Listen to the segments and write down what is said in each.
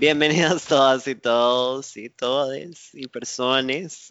Bienvenidos todas y todos y todes y personas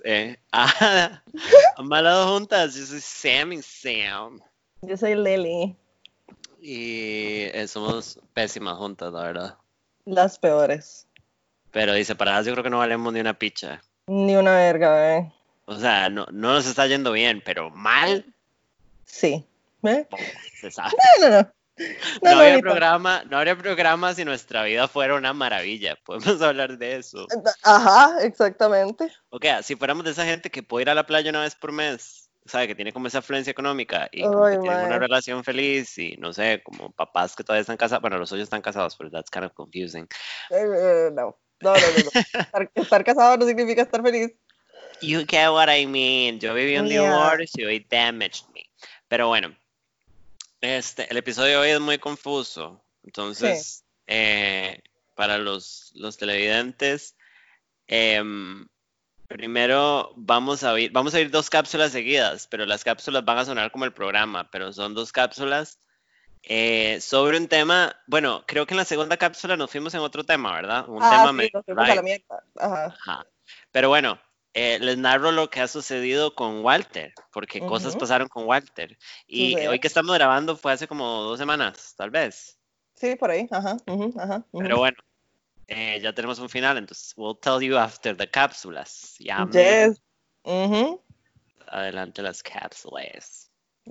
a Maladas Juntas. Yo soy Sam y Sam. Yo soy Lily. Y somos pésimas juntas, la verdad. Las peores. Pero y separadas yo creo que no valemos ni una picha. Ni una verga, bebé. O sea, no nos está yendo bien, pero mal, Sí. ¿Eh? se sabe. No. No habría ni tanto. programa si nuestra vida fuera una maravilla. Podemos hablar de eso. Ajá, exactamente. Ok, si fuéramos de esa gente que puede ir a la playa una vez por mes, sabe que tiene como esa afluencia económica y como Ay, que tienen una mae. relación feliz y no sé, como papás que todavía están casados, bueno, los suyos están casados, pero that's kind of confusing. No. Estar casado no significa estar feliz. You get what I mean. Yo viví un Yeah. divorcio y damaged me. Pero bueno, el episodio de hoy es muy confuso. Sí. Entonces, para los televidentes, em, primero vamos a ir dos cápsulas seguidas, pero las cápsulas van a sonar como el programa, pero son dos cápsulas sobre un tema. Bueno, creo que en la segunda cápsula nos fuimos en otro tema, ¿verdad? Un tema Sí, medio nos fuimos a la light. mierda. Ajá. Ajá. Pero bueno, les narro lo que ha sucedido con Walter, porque cosas pasaron con Walter. Y hoy Sucedió. que estamos grabando fue hace como 2 semanas, tal vez. Sí, por ahí. Ajá. Pero bueno, ya tenemos un final, entonces we'll tell you after the cápsulas. Ya, Yes. Mhm. adelante las cápsulas.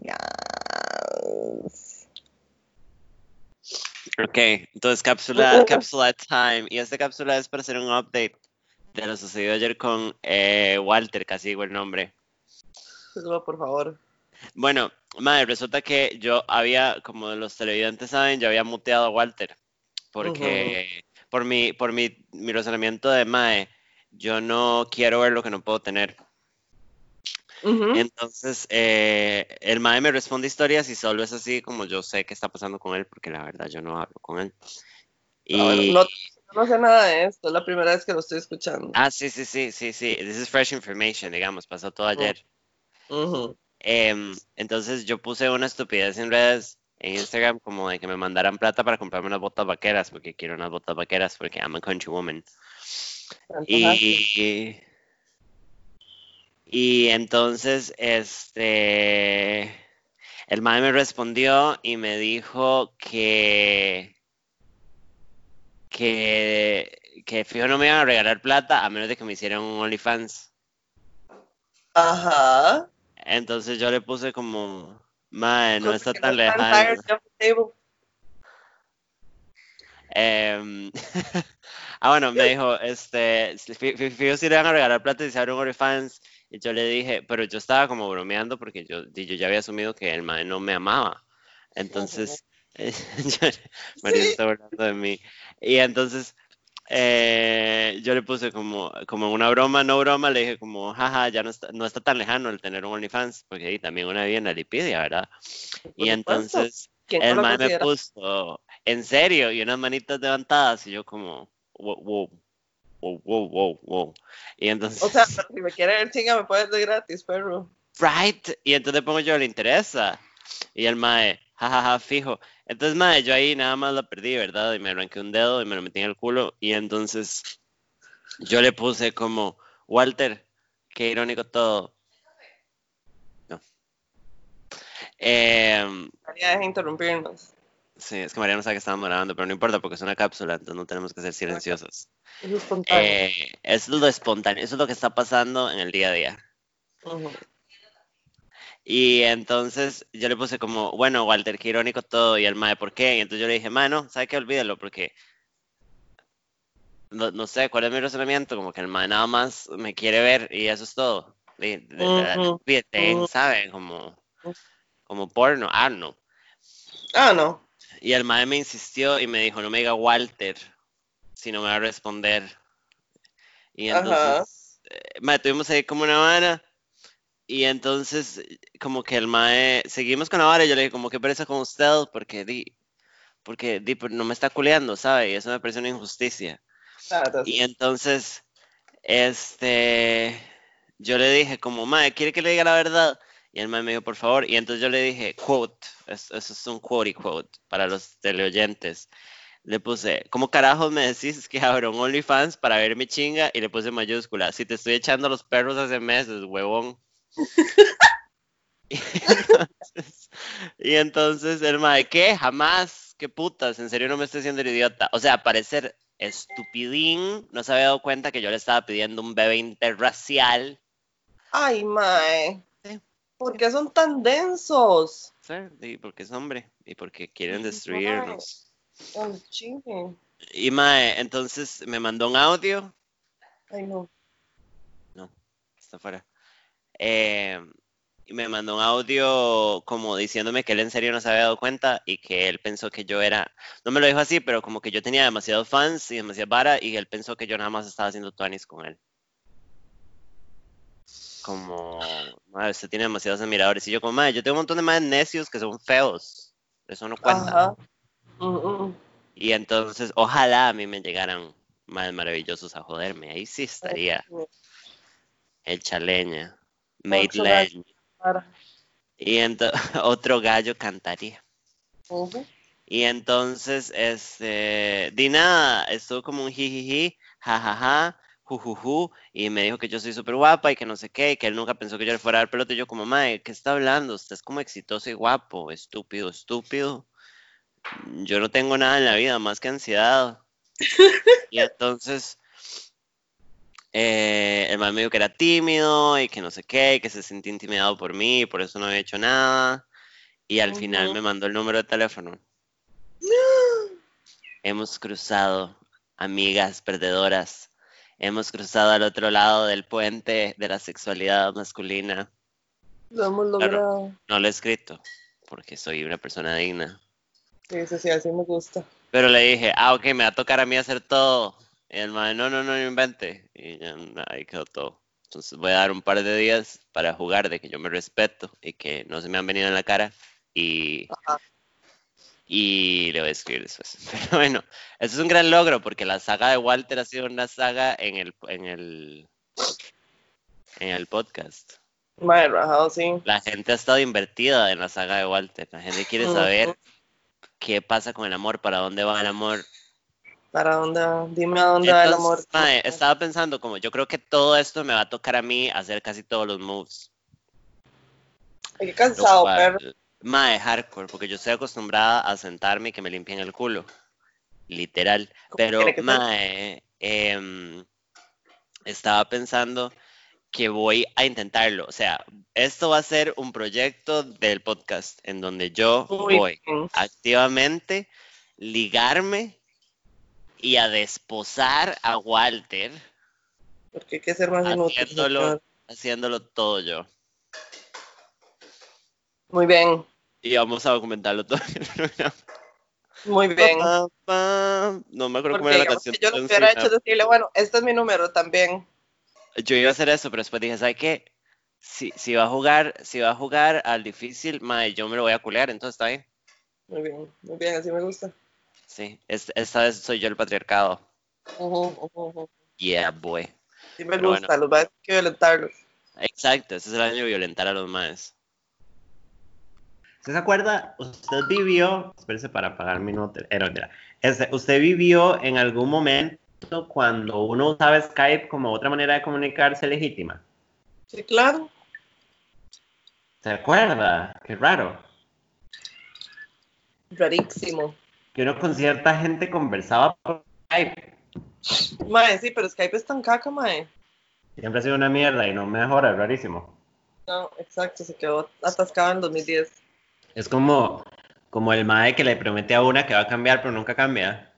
Yes. Ok, entonces cápsula time. Y esta cápsula es para hacer un update de lo sucedido ayer con Walter, casi digo el nombre. No, por favor. Bueno, madre, resulta que yo había, como los televidentes saben, yo había muteado a Walter. Porque mi razonamiento de mae, yo no quiero ver lo que no puedo tener. Entonces, el mae me responde historias y solo es así como yo sé qué está pasando con él, porque la verdad yo no hablo con él. Bueno, Y, no sé nada de esto, es la primera vez que lo estoy escuchando. sí. This is fresh information, digamos, pasó todo ayer. Ujú. Entonces yo puse una estupidez en redes, en Instagram, como de que me mandaran plata para comprarme unas botas vaqueras, porque quiero unas botas vaqueras, porque I'm a country woman. Y, y entonces, el mae me respondió y me dijo que fijo no me iban a regalar plata a menos de que me hicieran un OnlyFans. Ajá. Entonces yo le puse como, mae, no está Que no tan están lejano. tired of the table. Em, bueno, me dijo, fijo si le van a regalar plata si se abre un OnlyFans. Y yo le dije, pero yo estaba como bromeando porque yo ya había asumido que el mae no me amaba. Entonces, María se Sí. está burlando de mí. Y entonces, yo le puse como una broma, no broma, le dije como, jaja, ya no está tan lejano el tener un OnlyFans, porque ahí también una vida en la Lipidia, ¿verdad? Y Por supuesto. entonces, ¿Quién no el lo mae me considera? puso, en serio, y unas manitas levantadas, y yo como, wow. Y O sea, entonces, pero si me quiere ver chinga, me puedes de gratis, perro. right, y entonces pongo yo, le interesa. Y el mae, jajaja, fijo. Entonces, mae, yo ahí nada más la perdí, ¿verdad? Y me arranqué un dedo y me lo metí en el culo. Y entonces yo le puse como, Walter, qué irónico todo. No. María, deja de interrumpirnos. Sí, es que María no sabe que estábamos grabando, pero no importa porque es una cápsula, entonces no tenemos que ser silenciosos. Es espontáneo. Eso es lo espontáneo, eso es lo que está pasando en el día a día. Ujú. Y entonces yo le puse como, bueno, Walter, qué irónico todo, y el mae, ¿por qué? Y entonces yo le dije, mae, no, ¿sabe qué? Olvídalo, porque no sé cuál es mi razonamiento, como que el mae nada más me quiere ver y eso es todo. Ujú. Fíjate, Ujú. ¿sabe? Como porno, no. Ah, no. Y el mae me insistió y me dijo, no me diga Walter, si no me va a responder. Y Ajá. entonces, mae, tuvimos ahí como una vara. Y entonces, como que el mae, seguimos con la vara y yo le dije, como que pereza con usted, porque pues, no me está culeando, ¿sabe? Y eso me parece una injusticia. Ah, Y entonces. entonces, yo le dije, como, mae, ¿quiere que le diga la verdad? Y el mae me dijo, por favor. Y entonces yo le dije, quote, eso es un quote y quote para los teleoyentes. Le puse, ¿cómo carajos me decís que abro un OnlyFans para ver mi chinga? Y le puse mayúscula, si te estoy echando los perros hace meses, huevón. Entonces, y entonces el mae, ¿qué? Jamás, qué putas, en serio no me estoy haciendo el idiota. O sea, parecer estupidín, no se había dado cuenta que yo le estaba pidiendo un bebé interracial. Ay, mae. Sí, ¿Por sí, qué son tan densos? sí, y porque es hombre, y porque quieren Ay, mae. destruirnos. Ay, chingue. Y mae, entonces me mandó un audio. Ay, no. No, está fuera. Eh, y me mandó un audio como diciéndome que él en serio no se había dado cuenta y que él pensó que yo era, no me lo dijo así, pero como que yo tenía demasiados fans y demasiada vara y él pensó que yo nada más estaba haciendo tuanis con él. Como, madre, usted tiene demasiados admiradores. Y yo como, madre, yo tengo un montón de más necios que son feos. Eso no cuenta. Ajá. Mm. Y entonces, ojalá a mí me llegaran más maravillosos a joderme. Ahí sí Ay, estaría no. hecha leña. Made Otro gallo. legend. Para. Y otro gallo cantaría. Ujú. Y entonces, di nada, estuvo como un jijiji, jajaja, jujuju, y me dijo que yo soy súper guapa y que no sé qué, y que él nunca pensó que yo le fuera a dar pelota. Y yo como, mae, ¿qué está hablando? Usted es como exitoso y guapo, estúpido, estúpido. Yo no tengo nada en la vida más que ansiedad. Y entonces, el mae me dijo que era tímido y que no sé qué, y que se sentía intimidado por mí, y por eso no había hecho nada. Y al final Ujú. me mandó el número de teléfono. Hemos cruzado, amigas perdedoras. Hemos cruzado al otro lado del puente de la sexualidad masculina. Lo hemos Claro, logrado. no lo he escrito porque soy una persona digna. Sí, sí, sí, así me gusta. Pero le dije, ok, me va a tocar a mí hacer todo. Y el mae, no, no, no, no invente. Y ya, ahí quedó todo. Entonces voy a dar un par de días para jugar de que yo me respeto y que no se me han venido en la cara. Y Ajá. y le voy a escribir después. Pero bueno, eso es un gran logro porque la saga de Walter ha sido una saga en el podcast. Mae, rajado, sí. La gente ha estado invertida en la saga de Walter. La gente quiere Ujú. saber qué pasa con el amor, para dónde va el amor. ¿Para dónde va? Dime a dónde va el amor. Entonces, mae, estaba pensando como yo creo que todo esto me va a tocar a mí hacer casi todos los moves. Ay, qué Lo cansado, cual, perro. mae, hardcore, porque yo estoy acostumbrada a sentarme y que me limpien el culo, literal. ¿Cómo Pero, tiene que ser? mae, estaba pensando que voy a intentarlo. O sea, esto va a ser un proyecto del podcast en donde yo Muy voy bien. activamente ligarme y a desposar a Walter Porque hay que ser más inútil, haciéndolo, señor. haciéndolo todo yo. Muy bien. Y vamos a documentarlo todo en el programa. Muy Pa, bien. pa, pa. No me acuerdo cómo Porque era la digamos canción que de yo lo John que hubiera hecho Cena. es decirle, bueno, este es mi número también. Yo iba a hacer eso, pero después dije, ¿sabes qué? Si va a jugar al difícil, mae, yo me lo voy a culear, entonces está bien. Muy bien, así me gusta. Sí, esta vez soy yo el patriarcado. Ujú, ujú, ujú. Yeah, boy. Sí me Pero bueno, gusta, los va a decir que violentarlos. exacto, este es el año de violentar a los maes. ¿Usted se acuerda? Usted vivió, espérese para apagar mi nota, no, mentira. Usted vivió en algún momento cuando uno usaba Skype como otra manera de comunicarse legítima. Sí, claro. ¿Se acuerda? Qué raro. Rarísimo. Que uno con cierta gente conversaba por Skype. Mae, sí, pero Skype es tan caca, mae. Siempre ha sido una mierda y no mejora, es rarísimo. No, exacto, se quedó atascado en 2010. Es como el mae que le promete a una que va a cambiar pero nunca cambia.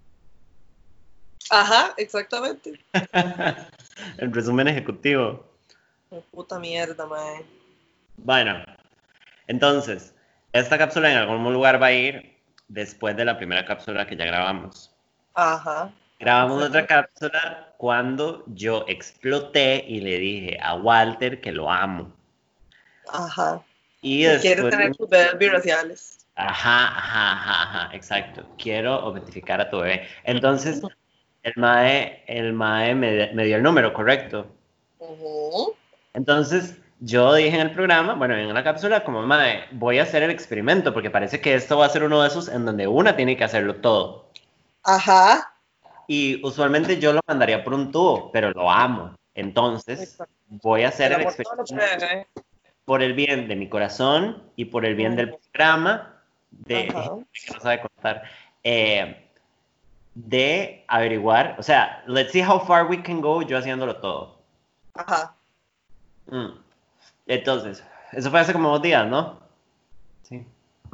Ajá, exactamente. El resumen ejecutivo. Qué puta mierda, mae. Bueno, entonces, esta cápsula en algún lugar va a ir después de la primera cápsula que ya grabamos. Ajá, Grabamos otra exactamente. cápsula cuando yo exploté y le dije a Walter que lo amo. Ajá. Y Que quiere después, tener sus bebés biraciales. ajá, ajá, ajá, ajá, exacto. Quiero objetificar a tu bebé. Entonces, el mae me dio el número correcto. Ujú. Entonces, yo dije en el programa, bueno, en la cápsula, como, mae, voy a hacer el experimento, porque parece que esto va a ser uno de esos en donde una tiene que hacerlo todo. Ajá. Y usualmente yo lo mandaría por un tubo, pero lo amo. Entonces, Exacto. voy a hacer El el amor todo lo experimento puede. por el bien de mi corazón y por el bien del programa de Ajá. que no sabe contar. De averiguar, o sea, let's see how far we can go yo haciéndolo todo. Ajá. Entonces, eso fue hace como 2 días, ¿no? Sí.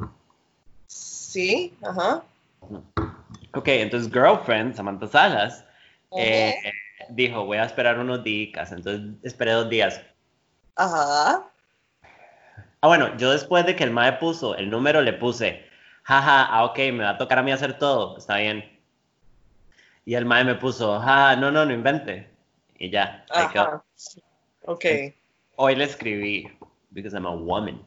Sí, ajá. Ok, entonces girlfriend, Samantha Salas, Ajá. dijo, voy a esperar unos días, entonces esperé 2 días. Ajá. Ah, bueno, yo después de que el mae puso el número, le puse, jaja, ok, me va a tocar a mí hacer todo, está bien. Y el mae me puso, jaja, no, no, no invente. Y ya, ahí quedó. Ajá. Ok. Hoy le escribí, because I'm a woman.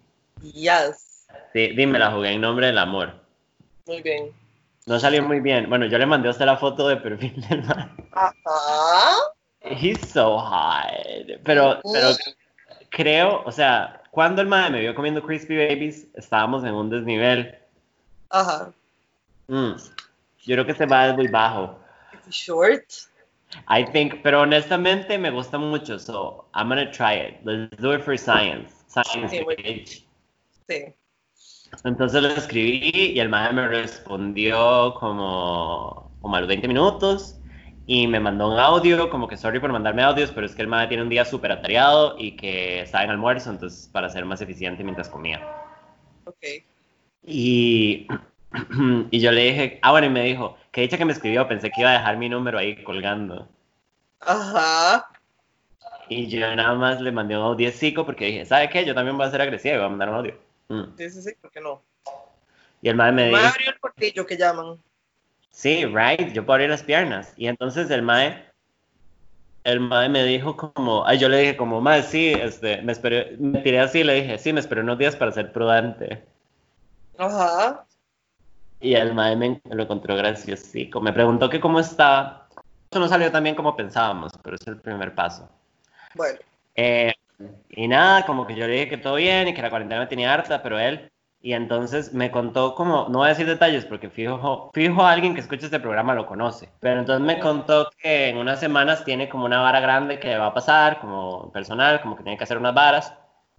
Yes. Sí, dime, la jugué en nombre del amor. Muy bien. No salió muy bien. Bueno, yo le mandé a usted la foto de perfil del mae. Ajá. He's so hot. Pero creo, o sea, cuando el mae me vio comiendo Crispy Babies, estábamos en un desnivel. Ajá. Yo creo que este mae es muy bajo. Short. I think, pero honestamente me gusta mucho, so I'm gonna try it. Let's do it for science. Science, Sí, muy bien. bitch. Sí. Entonces le escribí y el mae me respondió como a los 20 minutos y me mandó un audio, como que sorry por mandarme audios, pero es que el mae tiene un día súper atareado y que estaba en almuerzo, entonces para ser más eficiente mientras comía. Ok. Y, y yo le dije, bueno, y me dijo, que dicha que me escribió, pensé que iba a dejar mi número ahí colgando. Ajá. Y yo nada más le mandé un audiecico porque dije, ¿sabe qué? Yo también voy a ser agresiva y voy a mandar un audio. Sí, sí, sí, ¿por qué no? Y el mae me El mae dijo, abrió el portillo que llaman. sí, right, yo puedo abrir las piernas. Y entonces el mae me dijo como, yo le dije como, mae, sí, me esperé, me tiré así, le dije, sí, me esperé unos días para ser prudente. Ajá. Y el mae me lo encontró graciosico. Me preguntó que cómo estaba. Eso no salió tan bien como pensábamos, pero es el primer paso. Bueno. Eh, y nada, como que yo le dije que todo bien y que la cuarentena me tenía harta, pero él. Y entonces me contó como, no voy a decir detalles porque fijo a alguien que escuche este programa lo conoce, pero entonces me contó que en unas semanas tiene como una vara grande que va a pasar, como personal, como que tiene que hacer unas varas.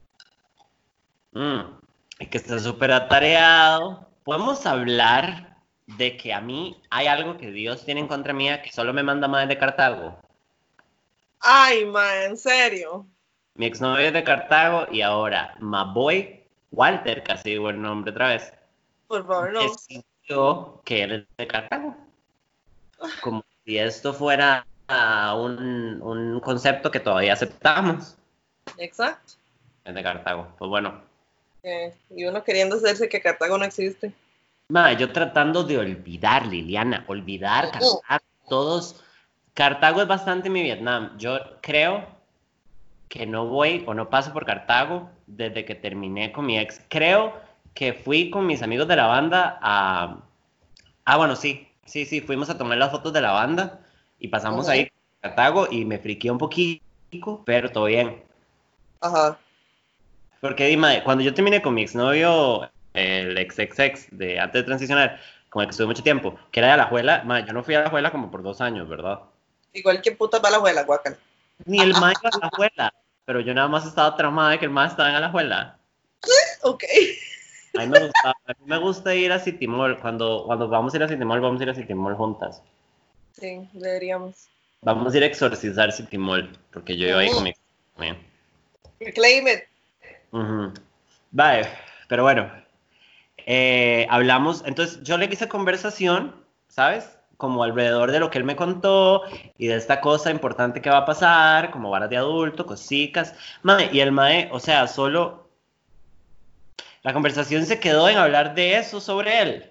Y que está súper atareado. Podemos hablar de que a mí hay algo que Dios tiene en contra mía que solo me manda más de Cartago. Ay, mae, en serio. Mi exnovio es de Cartago y ahora Maboy Walter, casi digo el nombre otra vez, Por favor, no. decidió que él es de Cartago. Como si esto fuera un concepto que todavía aceptamos. Exacto. Es de Cartago. Pues bueno. Y uno queriendo hacerse que Cartago no existe. Yo tratando de olvidar, Liliana, olvidar Cartago. Cartago es bastante mi Vietnam. Yo creo que no voy o no paso por Cartago desde que terminé con mi ex. Creo que fui con mis amigos de la banda a... Bueno, sí, sí, sí, fuimos a tomar las fotos de la banda y pasamos ahí a Cartago y me friqué un poquito, pero todo bien. Ajá. Porque Dima, cuando yo terminé con mi exnovio, el ex de antes de transicionar, con el que estuve mucho tiempo, que era de Alajuela, yo no fui a Alajuela como por 2 años, ¿verdad? Igual que puta va la abuela, guacal. Ni el mae iba a Alajuela, pero yo nada más estaba traumada de que el mae estaba en Alajuela. Ok. A mí me gusta ir a City Mall. Cuando vamos a ir a City Mall, vamos a ir a City Mall juntas. Sí, deberíamos. Vamos a ir a exorcizar City Mall, porque yo iba ahí con mi ex también. Reclaim it. Vale, pero bueno, hablamos, entonces yo le hice conversación, ¿sabes? Como alrededor de lo que él me contó y de esta cosa importante que va a pasar, como varas de adulto, cositas. Mae, y el mae, o sea, solo la conversación se quedó en hablar de eso sobre él.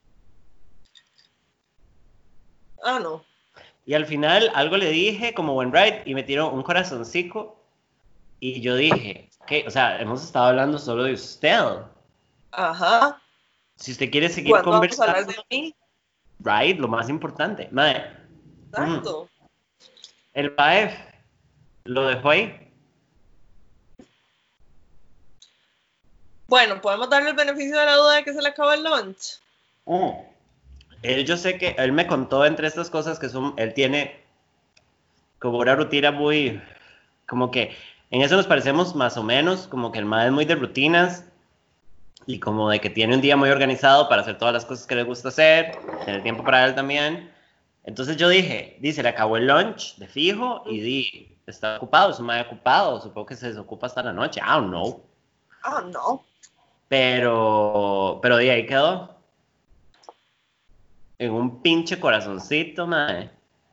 Ah, no. Y al final algo le dije como buen right y me tiró un corazoncito y yo dije, ¿qué? O sea, hemos estado hablando solo de usted. Ajá. Si usted quiere seguir ¿Cuándo vamos a hablar conversando, de mí? right, lo más importante. Mae, Exacto. el PAEF lo dejó ahí. Bueno, podemos darle el beneficio de la duda de que se le acaba el lunch. Mm. Él, yo sé que él me contó entre estas cosas que son, él tiene como una rutina muy, como que en eso nos parecemos más o menos, como que el mae es muy de rutinas y como de que tiene un día muy organizado para hacer todas las cosas que le gusta hacer, tener tiempo para él también. Entonces yo dije, dice, le acabó el lunch de fijo y di, está ocupado, es un mae ocupado, supongo que se desocupa hasta la noche, I don't know. Ah, no. Pero de ahí quedó. En un pinche corazoncito, mae.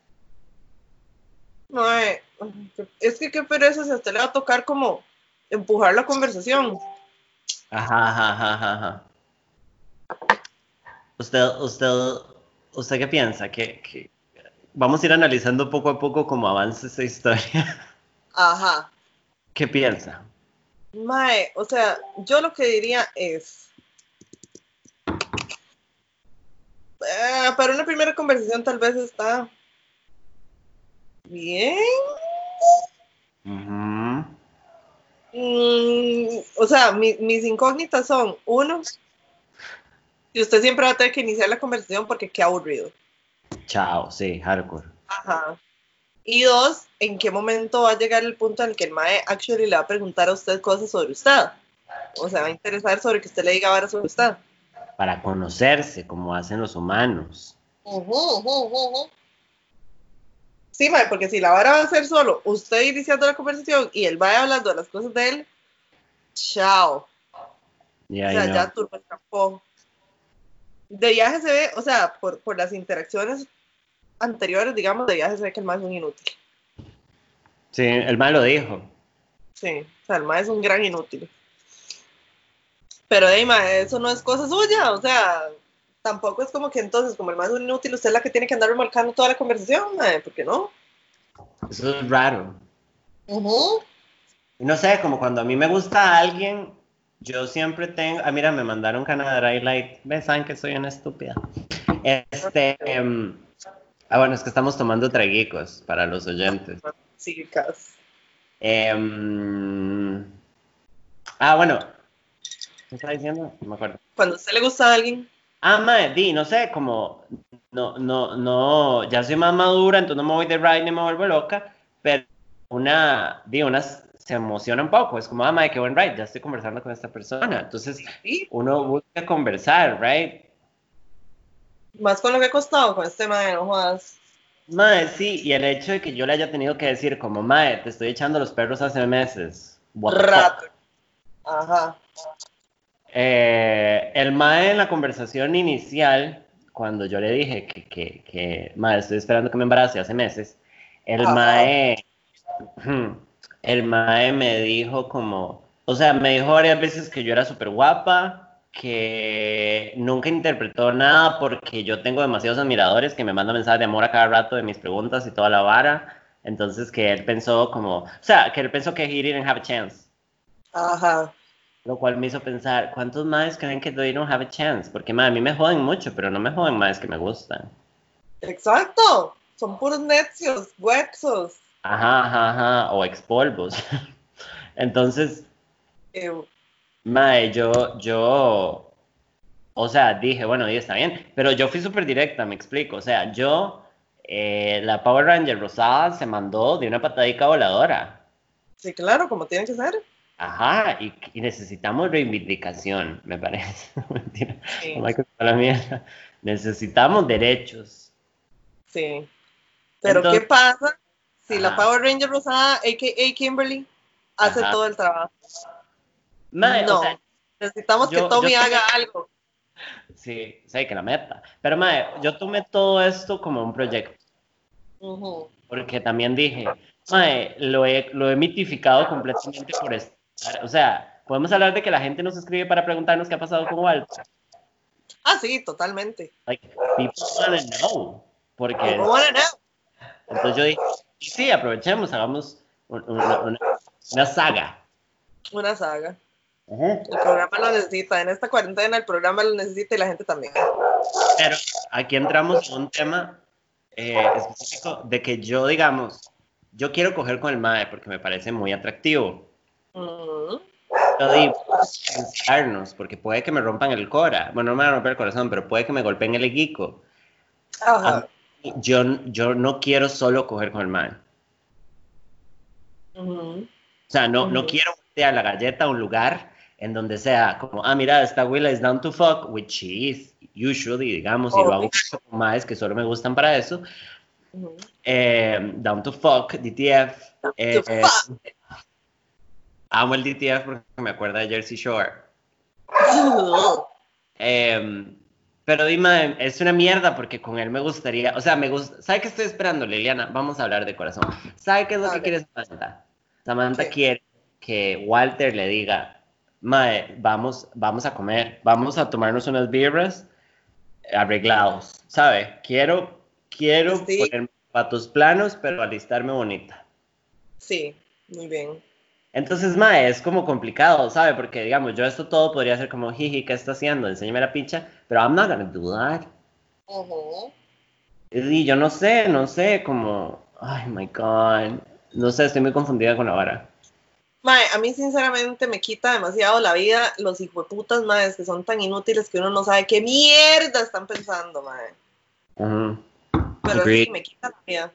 Mae, es que qué pereza si a usted le va a tocar como empujar la conversación. Ajá, ajá, ajá, ajá. ¿Usted qué piensa? Que vamos a ir analizando poco a poco cómo avanza esta historia. Ajá. ¿Qué piensa? Mae, o sea, yo lo que diría es, para una primera conversación tal vez está bien. Ujú. O sea, mis incógnitas son, uno, y usted siempre va a tener que iniciar la conversación porque qué aburrido. Chao, sí, hardcore. Ajá. Y dos, ¿en qué momento va a llegar el punto en el que el mae actually le va a preguntar a usted cosas sobre usted? O sea, va a interesar sobre que usted le diga ahora sobre usted. Para conocerse, como hacen los humanos. Sí, mae, porque si la vara va a ser solo usted iniciando la conversación y él va hablando de las cosas de él, chao. Y O ahí sea, ya no. turbo escapó. De viaje se ve, o sea, por las interacciones anteriores, digamos, de viaje se ve que el mae es un inútil. Sí, el mal lo dijo. Sí, o sea, el mae es un gran inútil. Pero mae, eso no es cosa suya, o sea, tampoco es como que entonces, como el mae es un inútil, usted es la que tiene que andar remolcando toda la conversación, mae, ¿por qué no? Eso es raro. Uh-huh. Y no sé, como cuando a mí me gusta alguien, yo siempre tengo. Ah, mira, me mandaron Canadá Dry Light. ¿Ves? Saben que soy una estúpida. Bueno, es que estamos tomando traguicos para los oyentes. Sí, casi. Em, bueno, ¿qué estaba diciendo? No me acuerdo. Cuando a usted le gusta a alguien, Mae, no sé, como, no, ya soy más madura, entonces no me voy de ride ni me vuelvo loca, pero una se emociona un poco, es como, mae, qué buen ride, ya estoy conversando con esta persona, entonces sí, uno busca conversar, right? más con lo que ha costado con este mae, no jodas. Mae, sí, y el hecho de que yo le haya tenido que decir como, mae, te estoy echando los perros hace meses, what the Rato. fuck. Ajá. El mae en la conversación inicial, cuando yo le dije mae, estoy esperando que me embarace hace meses, el Ajá. mae, el mae me dijo como, o sea, me dijo varias veces que yo era súper guapa, que nunca interpretó nada porque yo tengo demasiados admiradores que me mandan mensajes de amor a cada rato de mis preguntas y toda la vara, entonces que él pensó como, o sea, que él pensó que he didn't have a chance. Ajá. Lo cual me hizo pensar, ¿cuántos más creen que they don't have a chance? Porque a mí me joden mucho, pero no me joden más que me gustan. Exacto. Son puros necios, huexos. Ajá, ajá, ajá, o expolvos. Entonces, Eh, o sea, dije, bueno, y está bien, pero yo fui súper directa, me explico. O sea, la Power Ranger rosada se mandó de una patadica voladora. sí, claro, como tiene que ser. Ajá, y necesitamos reivindicación, me parece. Mentira, Sí, no hay que la mierda. Necesitamos derechos. sí. Pero ¿qué Entonces, pasa si la ajá, Power Ranger rosada, a.k.a. Kimberly, hace ajá. todo el trabajo? Mae, o sea, No. Necesitamos que yo Tommy haga tomé, algo. sí, sé que la meta, pero mae, yo tomé todo esto como un proyecto, Ujú. porque también dije, mae, lo he mitificado completamente por estar, o sea, podemos hablar de que la gente nos escribe para preguntarnos qué ha pasado con Walter, Ah, sí, totalmente. like, people wanna know, People porque, wanna know. entonces yo dije, y sí, aprovechemos, hagamos una saga. Una saga. Ajá. El programa lo necesita. En esta cuarentena el programa lo necesita y la gente también. Pero aquí entramos en un tema específico de que yo, digamos, yo quiero coger con el MAE porque me parece muy atractivo. Mm. Pero digo, pensarnos, porque puede que me rompan el cora. Bueno, no me van a romper el corazón, pero puede que me golpeen el eguico. Ajá. Yo no quiero solo coger con el man. Ujú, O sea, no ujú. quiero ir a la galleta a un lugar en donde sea como, mira, esta Willa is down to fuck, which she is, usually, digamos, y lo hago Obvio. con más que solo me gustan para eso. Ujú. Down to fuck, DTF. The fuck. Amo el DTF porque me acuerda de Jersey Shore. Eh, pero dime, es una mierda porque con él me gustaría, o sea, me gusta, ¿sabe qué estoy esperando, Liliana? Vamos a hablar de corazón. ¿Sabe qué es lo que Dale. quiere Samantha? Samantha ¿Qué? quiere que Walter le diga, Mae, vamos a comer, vamos a tomarnos unas birras arreglados, ¿sabe? Quiero Sí, poner patos planos, pero alistarme bonita. sí, muy bien. Entonces, mae, es como complicado, ¿sabe? Porque, digamos, yo esto todo podría ser como, jiji, ¿qué está haciendo? Enséñame la picha, pero I'm not gonna do that. Ujú. Y yo no sé, como, ay, my God, no sé, estoy muy confundida con la vara. Mae, a mí sinceramente me quita demasiado la vida los hijueputas, maes, que son tan inútiles que uno no sabe qué mierda están pensando, mae. Ujú. Pero sí, Agreed. me quita la vida.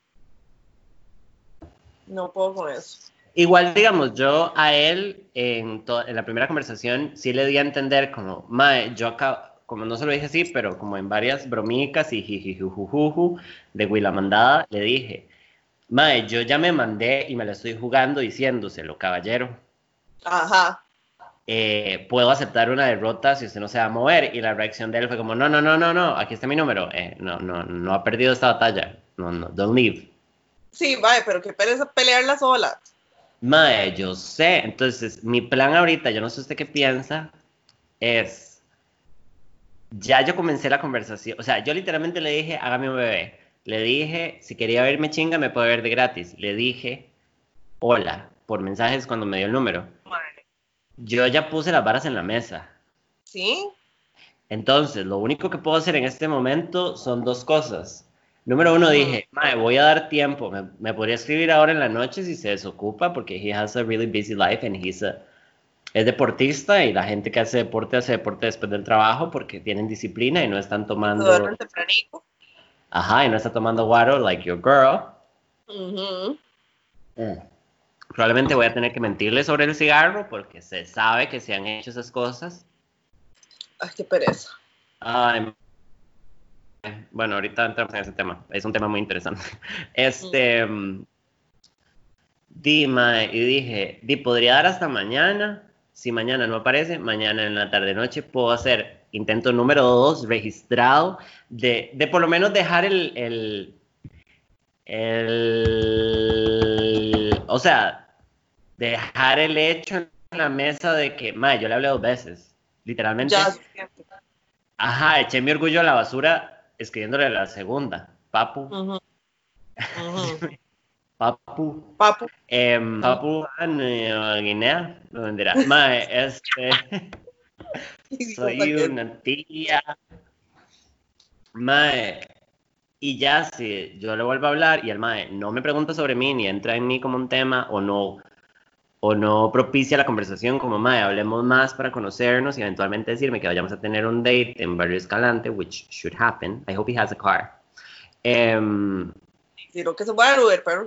No puedo con eso. Igual, digamos, yo a él en la primera conversación sí le di a entender como, mae, yo acá, como no se lo dije así, pero como en varias bromicas y jijijujujuju de Willa Mandada, le dije, mae, yo ya me mandé y me la estoy jugando diciéndoselo, caballero. Ajá. Puedo aceptar una derrota si usted no se va a mover. Y la reacción de él fue como, no, aquí está mi número. No ha perdido esta batalla. No, don't leave. Sí, mae, pero qué pereza pelearla sola. Mae, yo sé. Entonces, mi plan ahorita, yo no sé usted qué piensa, es, ya yo comencé la conversación. O sea, yo literalmente le dije, hágame un bebé. Le dije, si quería verme chinga, me puede ver de gratis. Le dije, hola, por mensajes cuando me dio el número. Mae. Yo ya puse las varas en la mesa. ¿Sí? Entonces, lo único que puedo hacer en este momento son dos cosas. Número uno, Ujú. dije, mae, voy a dar tiempo. Me podría escribir ahora en la noche si se desocupa, porque he has a really busy life and es deportista y la gente que hace deporte después del trabajo porque tienen disciplina y no están Y se tomando, duermen tempranito. ajá, y no está tomando guaro like your girl. Ujú. Mm. Probablemente voy a tener que mentirle sobre el cigarro porque se sabe que se han hecho esas cosas. Ay, qué pereza. Ay, bueno, ahorita entramos en ese tema. Es un tema muy interesante. Mm. Dima, y dije, podría dar hasta mañana. Si mañana no aparece, mañana en la tarde-noche puedo hacer intento número 2 registrado de por lo menos dejar o sea, dejar el hecho en la mesa de que, ma, yo le hablé 2 veces, Ya, literalmente. suficiente. Ajá, eché mi orgullo a la basura escribiéndole la segunda. Papu, Ujú, ujú. papu, Papu. Ujú. Papúa Nueva Guinea, no vendrá. Mae, soy Idiota que es. una tía. Mae, y ya si yo le vuelvo a hablar y el mae no me pregunta sobre mí ni entra en mí como un tema o no propicia la conversación como mae, hablemos más para conocernos y eventualmente decirme que vayamos a tener un date en Barrio Escalante, which should happen. I hope he has a car. Em, Si no, que se vaya a Uber, pero.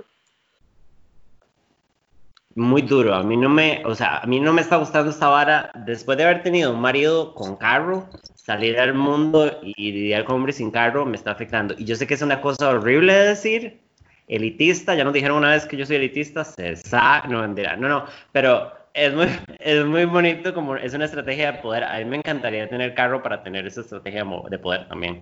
Muy duro, a mí no me, o sea, a mí no me está gustando esta vara. Después de haber tenido un marido con carro, salir al mundo y lidiar con hombres sin carro me está afectando. Y yo sé que es una cosa horrible de decir, elitista, ya nos dijeron una vez que yo soy elitista, no mentira, no, pero es muy bonito como es una estrategia de poder. A mí me encantaría tener carro para tener esa estrategia de poder también.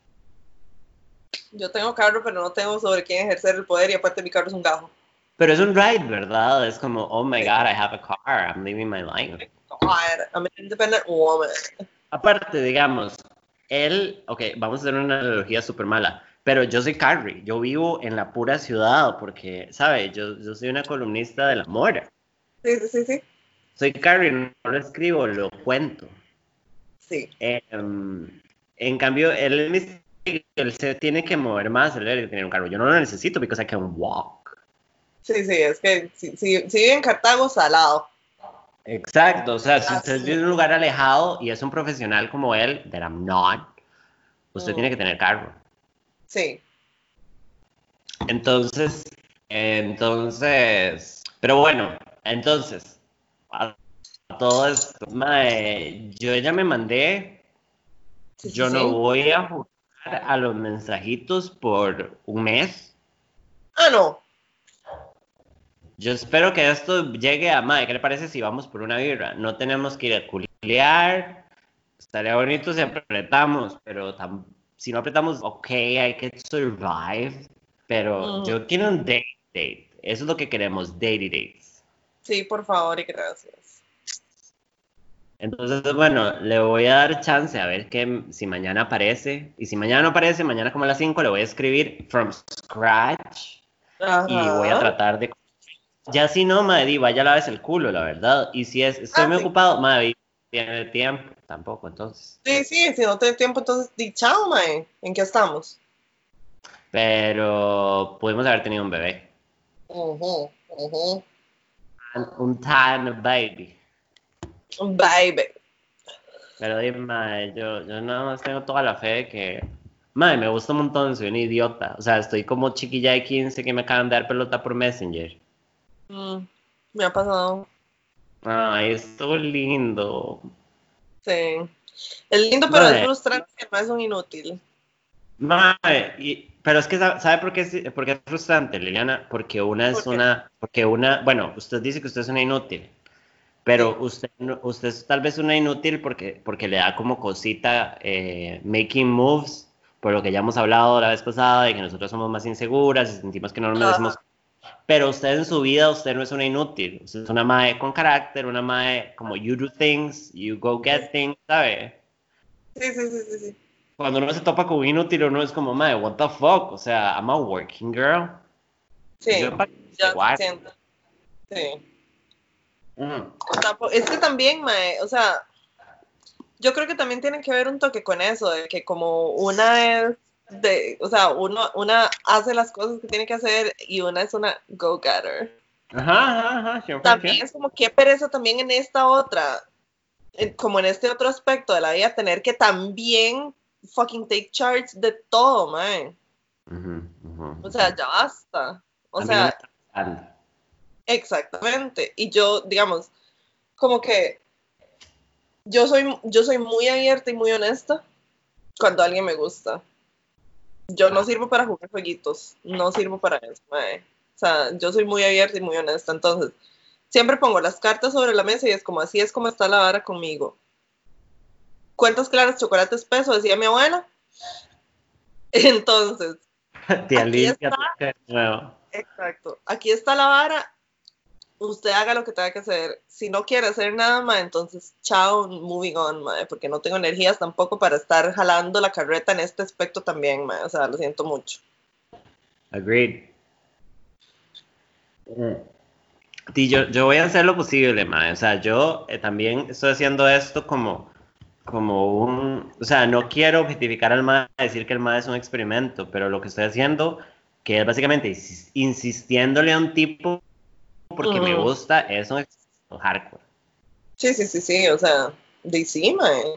Yo tengo carro, pero no tengo sobre quién ejercer el poder y aparte mi carro es un gajo. Pero es un ride, ¿verdad? Es como, oh my Sí. God, I have a car, I'm living my life. God, I'm an independent woman. Aparte, digamos, ok, vamos a hacer una analogía súper mala, pero yo soy Carrie, yo vivo en la pura ciudad porque, ¿sabe? Yo soy una columnista de la mora. Sí, sí, sí, sí. Soy Carrie, no lo escribo, lo cuento. Sí, En cambio, él se tiene que mover más, él debe tener un carro. Yo no lo necesito because I can walk. sí, sí, es que si vive en Cartago, salado. Exacto, o sea, si usted Así. vive en un lugar alejado y es un profesional como él, that I'm not, usted Mm. tiene que tener carro. Sí. Entonces, pero bueno, entonces, a todo esto, mae, yo ya me mandé, Sí, sí, yo no sí. voy a jugar a los mensajitos por un mes. Ah, no. Yo espero que esto llegue a mae, ¿qué le parece si vamos por una birra? No tenemos que ir a culiar, estaría bonito si apretamos, pero si no apretamos, ok, hay que survive, pero Ujú. yo quiero un date. Eso es lo que queremos, dates. Sí, por favor y gracias. Entonces, bueno, le voy a dar chance a ver si mañana aparece. Y si mañana no aparece, mañana como a las 5 le voy a escribir from scratch. Y voy a Ajá. tratar de... Ya si no, Madrid, vaya la vez el culo, la verdad. Y si estoy Ah, muy sí. ocupado, Madrid, tiene tiempo, tampoco, entonces. Sí, sí, si no tengo tiempo, entonces di chao, mae. ¿En qué estamos? Pero pudimos haber tenido un bebé. Ujú, ujú. Un tan baby. Baby. Pero dime, yo nada más tengo toda la fe de que... Madre, me gusta un montón, soy un idiota. O sea, estoy como chiquilla de 15 que me acaban de dar pelota por Messenger. Mm, me ha pasado. Ay, esto lindo. Sí. Es lindo, pero es Madre, frustrante que no es un inútil. madre, pero es que ¿sabe por qué es frustrante, Liliana? ¿Por qué? Porque bueno, usted dice que usted es una inútil, Sí. pero usted es tal vez una inútil porque le da como cosita making moves, por lo que ya hemos hablado la vez pasada, de que nosotros somos más inseguras y sentimos que no nos merecemos. Ajá. Pero usted en su vida, usted no es una inútil, usted es una mae con carácter, una mae como you do things, you go get things, ¿sabe? Sí, sí, sí, sí, sí. Cuando uno se topa con un inútil, uno es como, mae, what the fuck, o sea, I'm a working girl. Sí, Yo para ya se igual. siente. Sí. Mm. O sea, es que también, mae, o sea, yo creo que también tiene que ver un toque con eso, de que como una es o sea, una hace las cosas que tiene que hacer y una es una go-getter. Ajá, ajá, 100%. También es como qué pereza también en esta otra, como en este otro aspecto de la vida, tener que también fucking take charge de todo, mae. Ujú, ujú, O ujú. sea, ya basta. O A mí no me sea, está pasando. exactamente. Y yo, digamos, como que yo soy muy abierta y muy honesta cuando alguien me gusta. Yo no sirvo para jugar jueguitos, no sirvo para eso, mae. O sea, yo soy muy abierta y muy honesta, entonces siempre pongo las cartas sobre la mesa y es como así es como está la vara conmigo. Cuentas claras, chocolate espeso, decía mi abuela. Entonces, Tía aquí Lidia, está, de nuevo. exacto, aquí está la vara, usted haga lo que tenga que hacer. Si no quiere hacer nada, mae, entonces chao, moving on, mae, porque no tengo energías tampoco para estar jalando la carreta en este aspecto también, mae, o sea, lo siento mucho. Agreed. Mm. Sí, yo voy a hacer lo posible, mae. O sea, yo también estoy haciendo esto o sea, no quiero objetificar al mae, decir que el mae es un experimento, pero lo que estoy haciendo, que es básicamente insistiéndole a un tipo porque me Mm. gusta, es un experimento hardcore. Sí, sí, sí, sí, o sea, de sí, mae.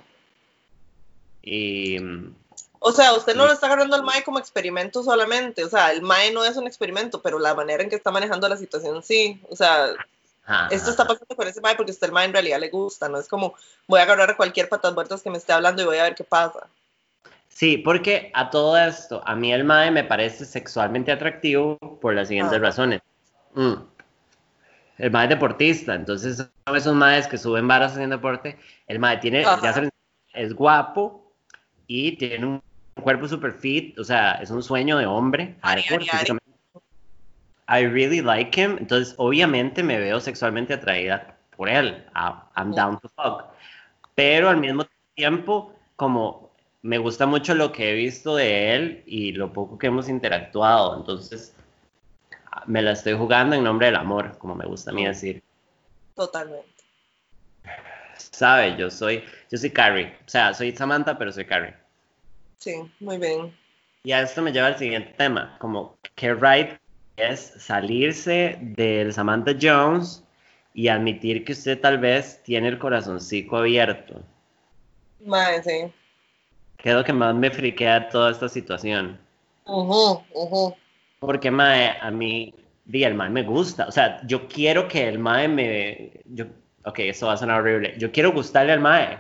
Y, O sea, usted no y- lo está agarrando al MAE como experimento solamente. O sea, el MAE no es un experimento, pero la manera en que está manejando la situación sí. O sea, ajá, esto ajá, está ajá. pasando con ese MAE porque a usted el MAE en realidad le gusta. No es como voy a agarrar a cualquier patas muertas que me esté hablando y voy a ver qué pasa. Sí, porque a todo esto, a mí el mae me parece sexualmente atractivo por las siguientes Ajá. razones. Mm, El mae es deportista, entonces son esos maes que suben varas en deporte. El mae tiene, Ajá. es guapo y tiene un cuerpo super fit, o sea, es un sueño de hombre, Ari, hardcore, Ari, Ari. físicamente. I really like him, entonces obviamente me veo sexualmente atraída por él. I'm Ujú. down to fuck. Pero al mismo tiempo, como me gusta mucho lo que he visto de él y lo poco que hemos interactuado, entonces me la estoy jugando en nombre del amor, como me gusta a mí Mm, decir. totalmente. ¿Sabe? Yo soy Carrie. O sea, soy Samantha, pero soy Carrie. Sí, muy bien. Y a esto me lleva al siguiente tema, como que right es salirse del Samantha Jones y admitir que usted tal vez tiene el corazoncito abierto. MAE, sí. ¿Qué es lo que más me friquea de toda esta situación? Porque, mae, a mí, el mae me gusta. O sea, yo quiero que el mae ok, eso va a sonar horrible. Yo quiero gustarle al mae.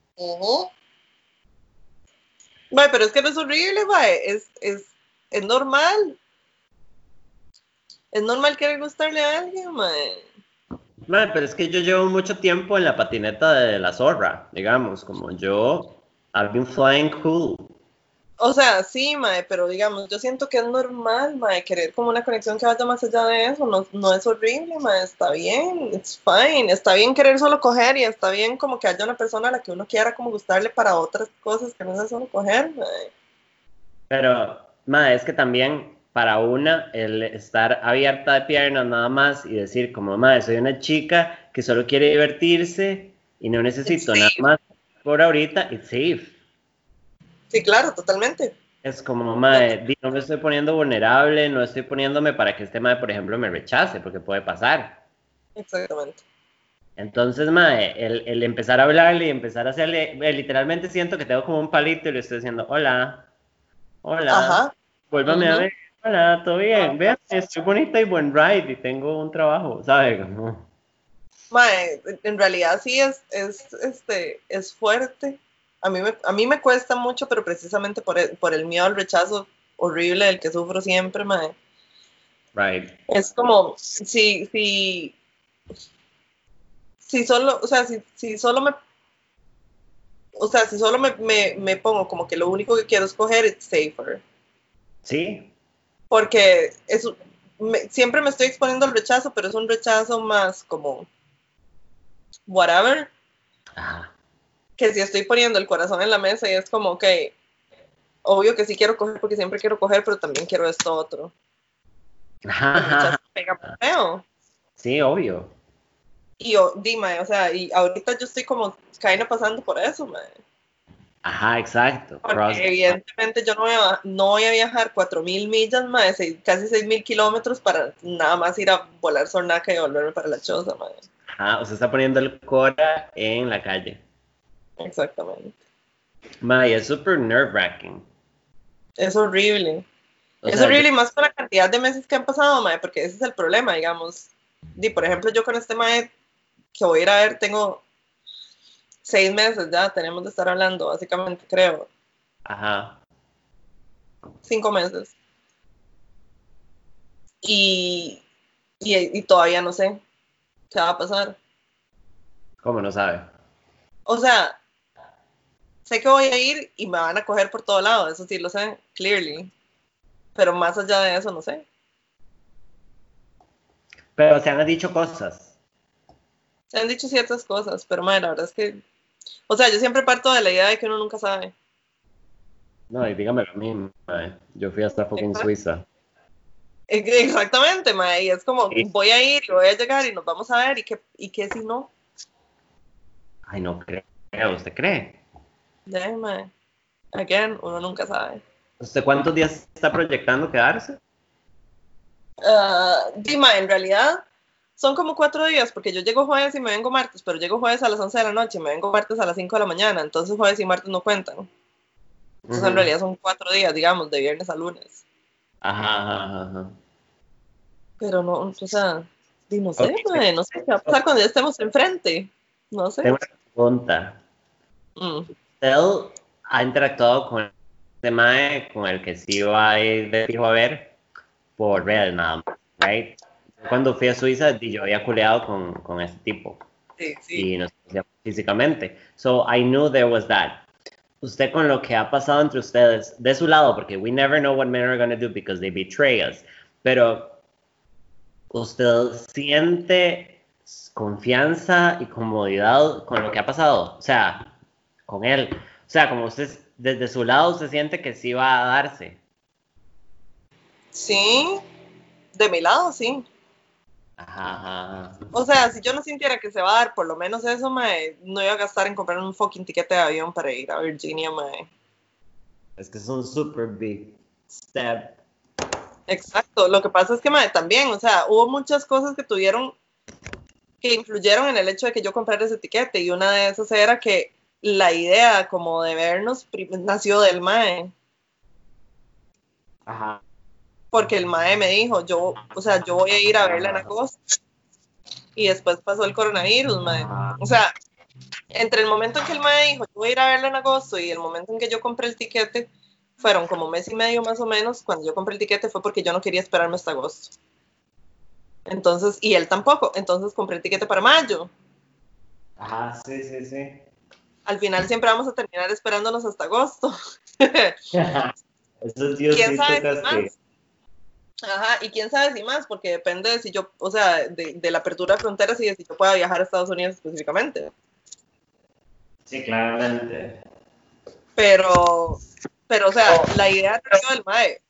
Mae, pero es que no es horrible, mae. Es normal. Es normal querer gustarle a alguien, mae. Mae, pero es que yo llevo mucho tiempo en la patineta de la zorra, digamos, como yo, I've been flying cool. O sea, sí, mae, pero digamos, yo siento que es normal, mae, querer como una conexión que vaya más allá de eso, no es horrible, mae, está bien, it's fine, está bien querer solo coger y está bien como que haya una persona a la que uno quiera como gustarle para otras cosas que no sea solo coger, mae. Pero, mae, es que también para una, el estar abierta de piernas nada más y decir como, mae, soy una chica que solo quiere divertirse y no It's necesito nada safe. más por ahorita, it's safe. Sí, claro, totalmente. Es como, mae, no me estoy poniendo vulnerable, no estoy poniéndome para que este mae, por ejemplo, me rechace, porque puede pasar. Exactamente. Entonces, mae, el empezar a hablarle y empezar a hacerle, literalmente siento que tengo como un palito y le estoy diciendo, hola, hola, Ajá. vuélvame a Ujú. ver, hola, ¿todo bien? Vean, estoy bonita y buen ride y tengo un trabajo, ¿sabe? Como, Mae, en realidad sí es fuerte. A mí me cuesta mucho, pero precisamente por el miedo al rechazo horrible del que sufro siempre, mae. right. Es como, si solo, o sea, si solo me, o sea, si solo me pongo como que lo único que quiero es coger, it's safer. Sí, Porque siempre me estoy exponiendo al rechazo, pero es un rechazo más como whatever, ajá, que si estoy poniendo el corazón en la mesa y es como, ok, obvio que sí quiero coger porque siempre quiero coger, pero también quiero esto otro. ajá, El ajá, rechazo ajá. pega muy feo. Sí, obvio. Y yo, dime, o sea, y ahorita yo estoy como caído pasando por eso, man. Ajá, exacto, Porque evidentemente yo no voy a viajar 4.000 millas, más, casi 6.000 kilómetros para nada más ir a volar Sornaca y volverme para la choza, man. ajá, o sea, está poniendo el cora en la calle. Exactamente. Mae, es súper nerve-wracking. Es horrible. O Es sea, yo, horrible y más con la cantidad de meses que han pasado, mae, porque ese es el problema, digamos. Por ejemplo, yo con este mae que voy a ir a ver, tengo 6 meses ya, tenemos de estar hablando, básicamente, creo. ajá, 5 meses. Y, y todavía no sé qué va a pasar. ¿cómo no sabe? O sea, sé que voy a ir y me van a coger por todo lado, eso sí lo sé, clearly. Pero más allá de eso, no sé. Pero se han dicho cosas. Se han dicho ciertas cosas, pero mae, la verdad es que. O sea, yo siempre parto de la idea de que uno nunca sabe. No, y dígamelo a mí, mae. Yo fui hasta fucking Exacto. Suiza. Exactamente, mae. Y es como, Sí. voy a ir y voy a llegar y nos vamos a ver y qué si no. Ay, no creo. ¿Usted cree? Ya, mae. Again, uno nunca sabe. ¿Usted cuántos días está proyectando quedarse? Dima, en realidad son como 4 días, porque yo llego jueves y me vengo martes, pero llego jueves a las 11 de la noche y me vengo martes a las 5 de la mañana, entonces jueves y martes no cuentan. Entonces en Ujú. realidad son 4 días, digamos, de viernes a lunes. Ajá, ajá, ajá, ajá. Pero no, o sea, no Ok, sé, mae, no sé qué va a pasar cuando ya estemos enfrente. No sé. tengo una pregunta. Mm. ¿Usted ha interactuado con este mae con el que sí va a ir de fijo a ver por redes nada más, right? Cuando fui a Suiza, yo había culeado con este tipo Sí, sí. y nos conocíamos físicamente. So I knew there was that. Usted con lo que ha pasado entre ustedes, de su lado, porque we never know what men are going to do because they betray us, pero ¿usted siente confianza y comodidad con lo que ha pasado? O sea, con él. O sea, como usted, desde su lado, usted siente que sí va a darse. Sí, de mi lado, sí. Ajá, ajá. O sea, si yo no sintiera que se va a dar por lo menos eso, mae, no iba a gastar en comprar un fucking tiquete de avión para ir a Virginia, mae. Es que es un super big step. Exacto. Lo que pasa es que, mae, también, o sea, hubo muchas cosas que influyeron en el hecho de que yo comprara ese tiquete y una de esas era que la idea como de vernos nació del mae. Ajá. Porque el mae me dijo, yo voy a ir a verla en agosto. Y después pasó el coronavirus, mae. O sea, entre el momento en que el mae dijo, yo voy a ir a verla en agosto y el momento en que yo compré el tiquete, fueron como mes y medio más o menos. Cuando yo compré el tiquete fue porque yo no quería esperarme hasta agosto. Entonces, y él tampoco. Entonces compré el tiquete para mayo. Ajá, sí, sí, sí. Al final siempre vamos a terminar esperándonos hasta agosto. Eso es ¿Quién Diosito sabe si castigo. más? Ajá, y quién sabe si más, porque depende de si yo, o sea, de la apertura de fronteras y de si yo pueda viajar a Estados Unidos específicamente. Sí, claramente. Pero, o sea, la idea del mae.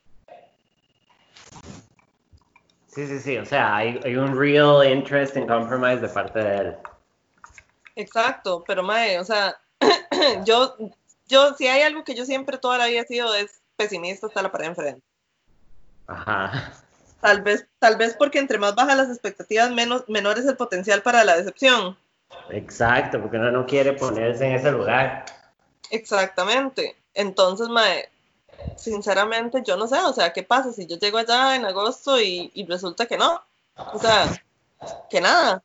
Sí, sí, sí. O sea, hay un real interest in compromise de parte de él. Exacto, pero mae, o sea, yo, si hay algo que yo siempre toda la vida he sido es pesimista hasta la pared enfrente. Ajá. Tal vez porque entre más bajas las expectativas, menor es el potencial para la decepción. Exacto, porque uno no quiere ponerse en ese lugar. Exactamente. Entonces, mae, sinceramente, yo no sé, o sea, ¿qué pasa si yo llego allá en agosto y resulta que no? O sea, que nada.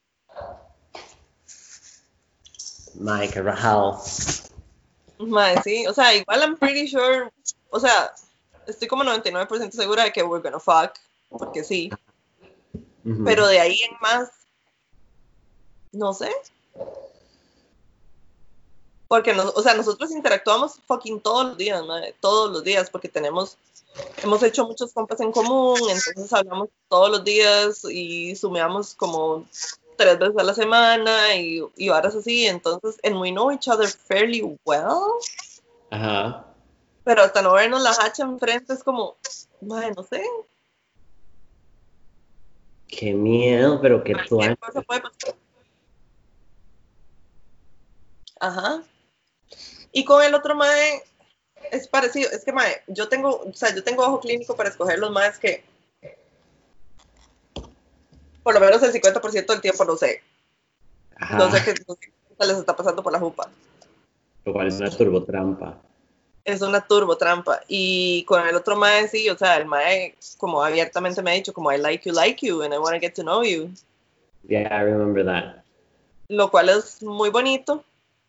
Mike, Rahal. Mae, sí, o sea, igual I'm pretty sure, o sea, estoy como 99% segura de que we're gonna fuck, porque sí. Pero de ahí en más, no sé. Porque, o sea, nosotros interactuamos fucking todos los días, madre, todos los días, porque hemos hecho muchos compas en común, entonces hablamos todos los días y sumeamos como 3 veces a la semana y horas así, entonces, and we know each other fairly well. Ajá. Pero hasta no vernos la hacha enfrente es como, madre, no sé. Qué miedo, pero qué tuan. Cosa puede pasar. Ajá. Y con el otro mae es parecido, es que mae, yo tengo ojo clínico para escoger los maes que por lo menos el 50% del tiempo no sé. Ajá. No sé qué les está pasando por la jupa. Lo cual es una turbotrampa. Es una turbo trampa. Y con el otro mae sí, o sea, el mae como abiertamente me ha dicho como I like you and I want to get to know you. Yeah, I remember that. Lo cual es muy bonito.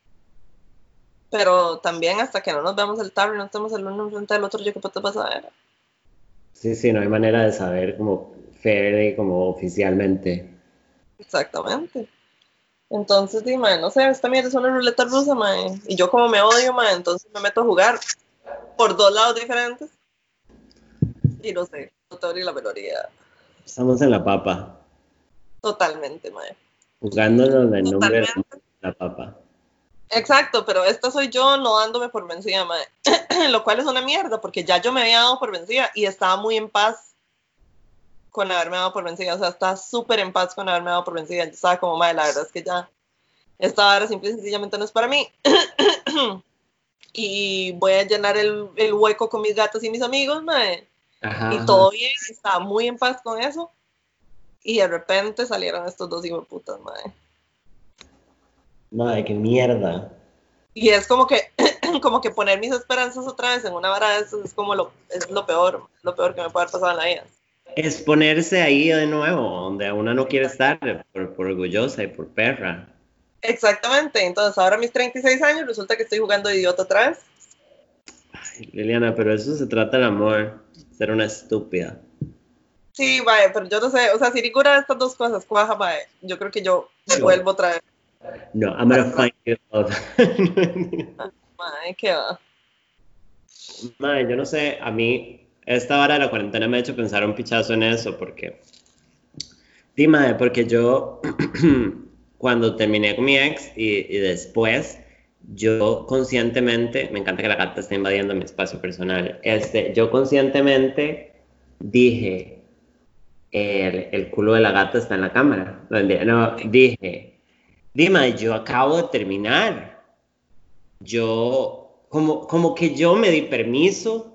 Pero también hasta que no nos veamos el tarro y no estemos el uno enfrente del otro, yo qué puta pasa ver. Sí, sí, no hay manera de saber como fairly, como oficialmente. Exactamente. Entonces, dime, no sé, esta mierda es una ruleta rusa, mae. Y yo como me odio, mae, entonces me meto a jugar por 2 lados diferentes. Y no sé, no tengo ni la menor idea. Estamos en la papa, Totalmente, mae. jugándonos el nombre de Totalmente. la papa. Exacto, pero esta soy yo no dándome por vencida, mae. Lo cual es una mierda, porque ya yo me había dado por vencida y estaba muy en paz con haberme dado por vencida. O sea, estaba súper en paz con haberme dado por vencida. Yo estaba como, mae, la verdad es que ya esta hora simple y sencillamente no es para mí. Y voy a llenar el hueco con mis gatos y mis amigos, mae. Ajá, Y todo bien, estaba muy en paz con eso. Y de repente salieron estos dos hijos de putas, mae. madre, qué mierda. Y es como que, como que poner mis esperanzas otra vez en una vara de estos es como es lo peor que me puede haber pasado en la vida. Es ponerse ahí de nuevo, donde una no quiere estar, por orgullosa y por perra. Exactamente, entonces ahora a mis 36 años resulta que estoy jugando de idiota otra vez. Ay, Liliana, pero eso se trata del amor, ser una estúpida. Sí, vaya, pero yo no sé, o sea, si ninguna de estas dos cosas cuaja, vaya, yo creo que yo vuelvo otra vez. No, I'm gonna find you love. Mae, qué va. Madre, yo no sé, a mí esta hora de la cuarentena me ha hecho pensar un pichazo en eso, porque, dime, porque yo cuando terminé con mi ex y después, yo conscientemente, me encanta que la gata esté invadiendo mi espacio personal, yo conscientemente dije, el culo de la gata está en la cámara. No, dije, dime, yo acabo de terminar. Yo, como que yo me di permiso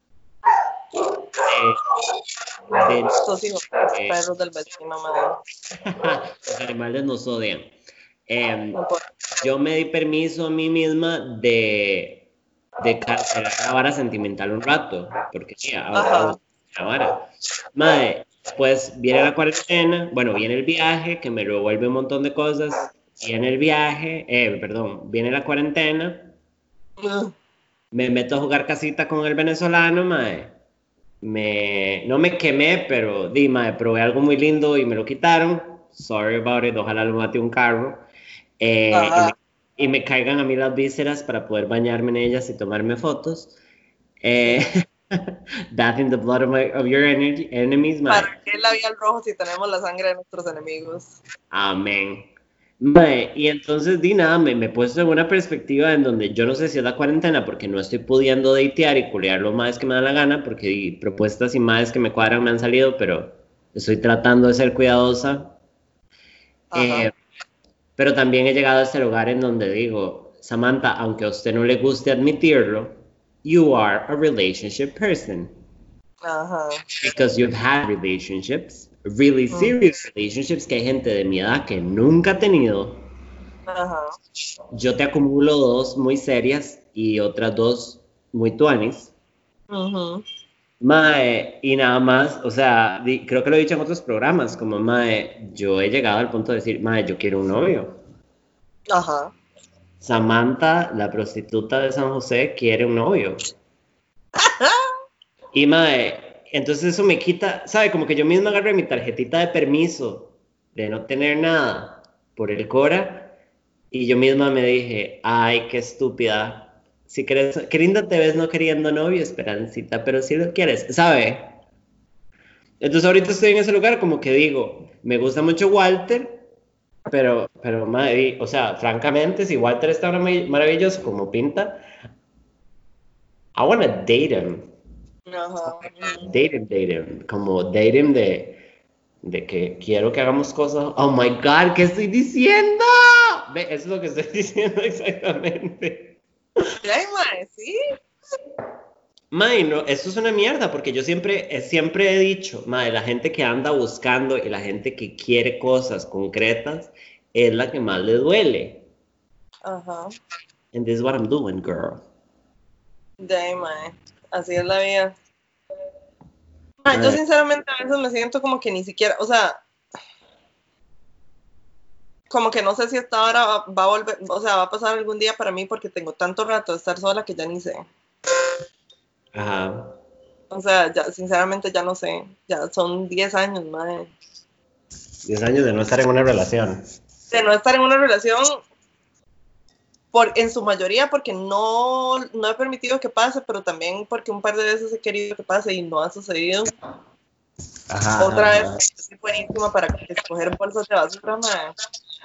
de Estos hijos, perros del vecino, madre. los animales nos odian. No puedo. Yo me di permiso a mí misma de de cancelar la vara sentimental un rato, porque sí, Ajá. la vara. Mae, pues viene la cuarentena, bueno, viene el viaje, que me revuelve un montón de cosas, viene el viaje, viene la cuarentena, Mm. me meto a jugar casita con el venezolano, mae. No me quemé, pero mae, probé algo muy lindo y me lo quitaron. Sorry about it, ojalá lo mate un carro. Ajá. Y me caigan a mí las vísceras para poder bañarme en ellas y tomarme fotos. Eh, Bath in the blood of your enemies, mae. ¿Para qué el labial rojo si tenemos la sangre de nuestros enemigos? Amén. Mae, y entonces di nada, me he puesto en una perspectiva en donde yo no sé si es la cuarentena porque no estoy pudiendo datear y culear lo más que me da la gana porque propuestas y más que me cuadran me han salido, pero estoy tratando de ser cuidadosa. Ajá. Eh, pero también he llegado a este lugar en donde digo, Samantha, aunque a usted no le guste admitirlo, you are a relationship person. Ajá. Because you've had relationships, really serious relationships, que hay gente de mi edad que nunca ha tenido. Ajá. Yo te acumulo 2 muy serias y otras 2 muy tuanis. Ujú. Mae, y nada más, o sea, creo que lo he dicho en otros programas, como mae, yo he llegado al punto de decir, mae, yo quiero un novio. Ajá. Samantha, la prostituta de San José, quiere un novio. Y mae, entonces eso me quita, ¿sabe? Como que yo misma agarré mi tarjetita de permiso de no tener nada por el Cora y yo misma me dije, ay, qué estúpida. Si quieres, qué linda te ves no queriendo novio, Esperancita, pero si lo quieres, ¿sabe? Entonces ahorita estoy en ese lugar como que digo, me gusta mucho Walter, pero madre, o sea, francamente, si Walter está maravilloso como pinta, I wanna date him. Ajá. Date him, como date him de que quiero que hagamos cosas. Oh my God, ¿qué estoy diciendo? Ve, eso es lo que estoy diciendo exactamente. Ay, mae, sí. Mae, no, eso es una mierda, porque yo siempre he dicho, mae, la gente que anda buscando y la gente que quiere cosas concretas es la que más le duele. Ajá. And this is what I'm doing, girl. De ahí, mae. Así es la vida. Mae, yo Mae, sinceramente a veces me siento como que ni siquiera, o sea, como que no sé si esta hora va a volver, o sea, va a pasar algún día para mí porque tengo tanto rato de estar sola que ya ni sé. ajá. O sea, ya, sinceramente ya no sé. Ya son 10 años, madre. 10 años de no estar en una relación. De no estar en una relación, en su mayoría porque no he permitido que pase, pero también porque un par de veces he querido que pase y no ha sucedido. Ajá, Otra ajá, vez, estoy buenísima para escoger bolsas de basura, madre.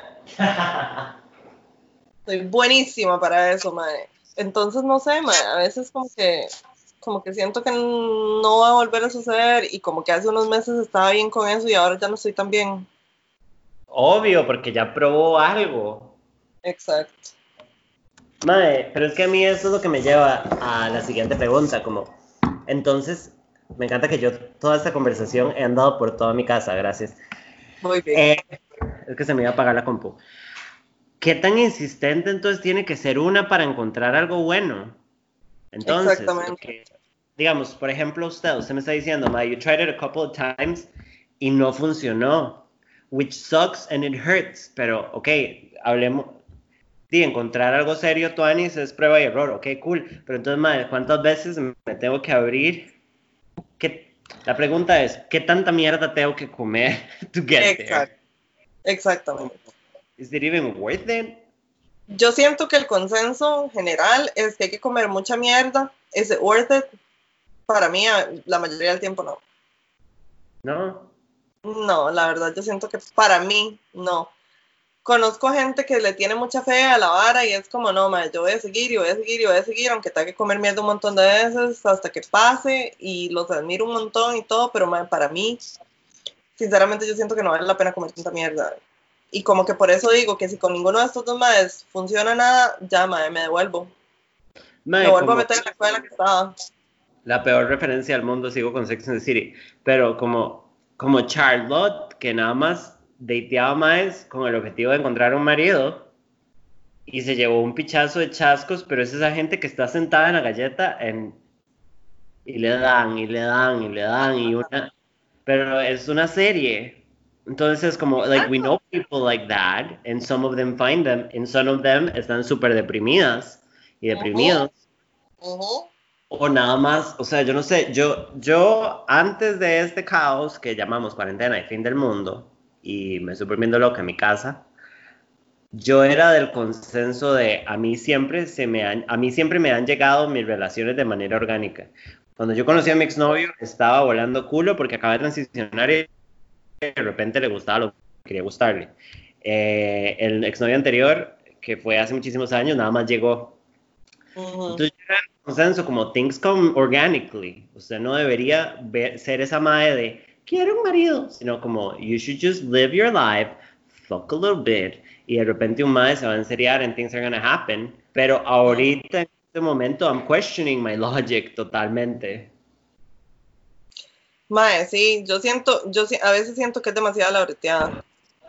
Soy buenísima para eso, madre. Entonces, no sé, madre, a veces como que siento que no va a volver a suceder y como que hace unos meses estaba bien con eso y ahora ya no estoy tan bien. Obvio, porque ya probó algo. Exacto. Mae, pero es que a mí eso es lo que me lleva a la siguiente pregunta, como, entonces, me encanta que yo toda esta conversación he andado por toda mi casa, gracias. Muy bien. Es que se me iba a apagar la compu. ¿Qué tan insistente entonces tiene que ser una para encontrar algo bueno? Entonces, Exactamente. porque, digamos, por ejemplo, usted me está diciendo, mae, you tried it a couple of times y no funcionó, which sucks and it hurts, pero, ok, hablemos, de encontrar algo serio, Tuanis, es prueba y error, ok, cool, pero entonces, madre, ¿cuántas veces me tengo que abrir? La pregunta es, ¿qué tanta mierda tengo que comer to get there? Exactamente. Is it even worth it? Yo siento que el consenso general es que hay que comer mucha mierda. ¿Es it worth it? Para mí, la mayoría del tiempo no. No. No, la verdad, yo siento que para mí no. Conozco gente que le tiene mucha fe a la vara y es como, no, madre, yo voy a seguir y voy a seguir y voy a seguir, aunque tenga que comer mierda un montón de veces hasta que pase y los admiro un montón y todo, pero madre, para mí, sinceramente, yo siento que no vale la pena comer tanta mierda. Y como que por eso digo que si con ninguno de estos dos madres funciona nada, ya, madre, me devuelvo. Madre, Me vuelvo a como meter en la escuela que estaba. la peor referencia al mundo, sigo con Sex and the City, pero como Charlotte, que nada más dateaba más con el objetivo de encontrar un marido, y se llevó un pichazo de chascos, pero es esa gente que está sentada en la galleta y le dan, y le dan, y le dan, y una... Pero es una serie. Entonces, como, like, we know people like that, and some of them find them, and some of them están súper deprimidas y Ujú, deprimidos. ujú, O nada más, o sea, yo no sé, yo antes de este caos que llamamos cuarentena y fin del mundo, y me estoy volviendo loca en mi casa, yo era del consenso de a mí siempre me han llegado mis relaciones de manera orgánica. Cuando yo conocí a mi exnovio, estaba volando culo porque acaba de transicionar y de repente le gustaba lo que quería gustarle. El exnovio anterior, que fue hace muchísimos años, nada más llegó. ujú. Entonces yo era del consenso como things come organically. Usted no debería ser esa madre de quiero un marido, sino como you should just live your life, fuck a little bit, y de repente un madre se va a enseriar and things are gonna happen. Pero ahorita en este momento I'm questioning my logic totalmente. Mae, sí, a veces siento que es demasiado la breteada.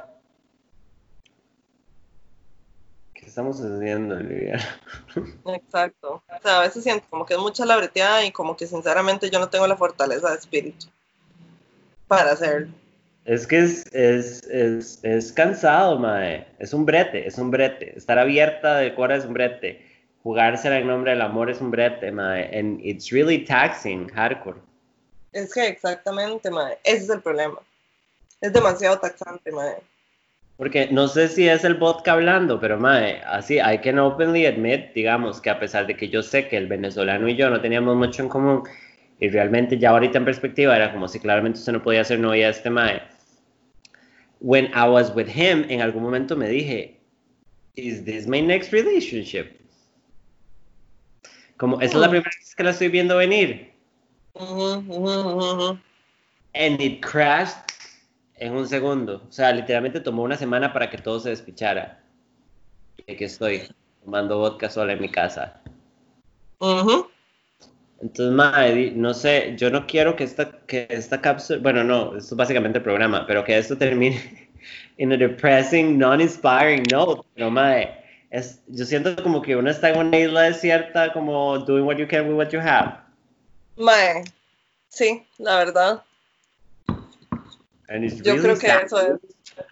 ¿Qué estamos haciendo, Olivia? Exacto. O sea, a veces siento como que es mucha la breteada y como que sinceramente yo no tengo la fortaleza de espíritu para hacerlo. Es que es cansado, mae. Es un brete, es un brete. Estar abierta de cora es un brete. Jugársela en nombre del amor es un brete, mae. And it's really taxing, hardcore. Es que exactamente, mae, ese es el problema. Es demasiado taxante, mae. Porque no sé si es el vodka hablando, pero mae, así, I can openly admit, digamos, que a pesar de que yo sé que el venezolano y yo no teníamos mucho en común, y realmente ya ahorita en perspectiva era como si claramente usted no podía ser novia de este mae. When I was with him, en algún momento me dije, is this my next relationship? Como, esa es la Hmm. primera vez que la estoy viendo venir. Ujú, ujú, ujú. And it crashed en un segundo. O sea, literalmente tomó una semana para que todo se despichara. Y aquí estoy, tomando vodka sola en mi casa. Ujú. Entonces, madre, no sé, yo no quiero que esta cápsula, bueno, no, esto es básicamente el programa, pero que esto termine en a depressing, non-inspiring note. Pero, madre, yo siento como que uno está en una isla desierta, como doing what you can with what you have. Mae, sí, la verdad. And it's Yo really creo que sad. eso es.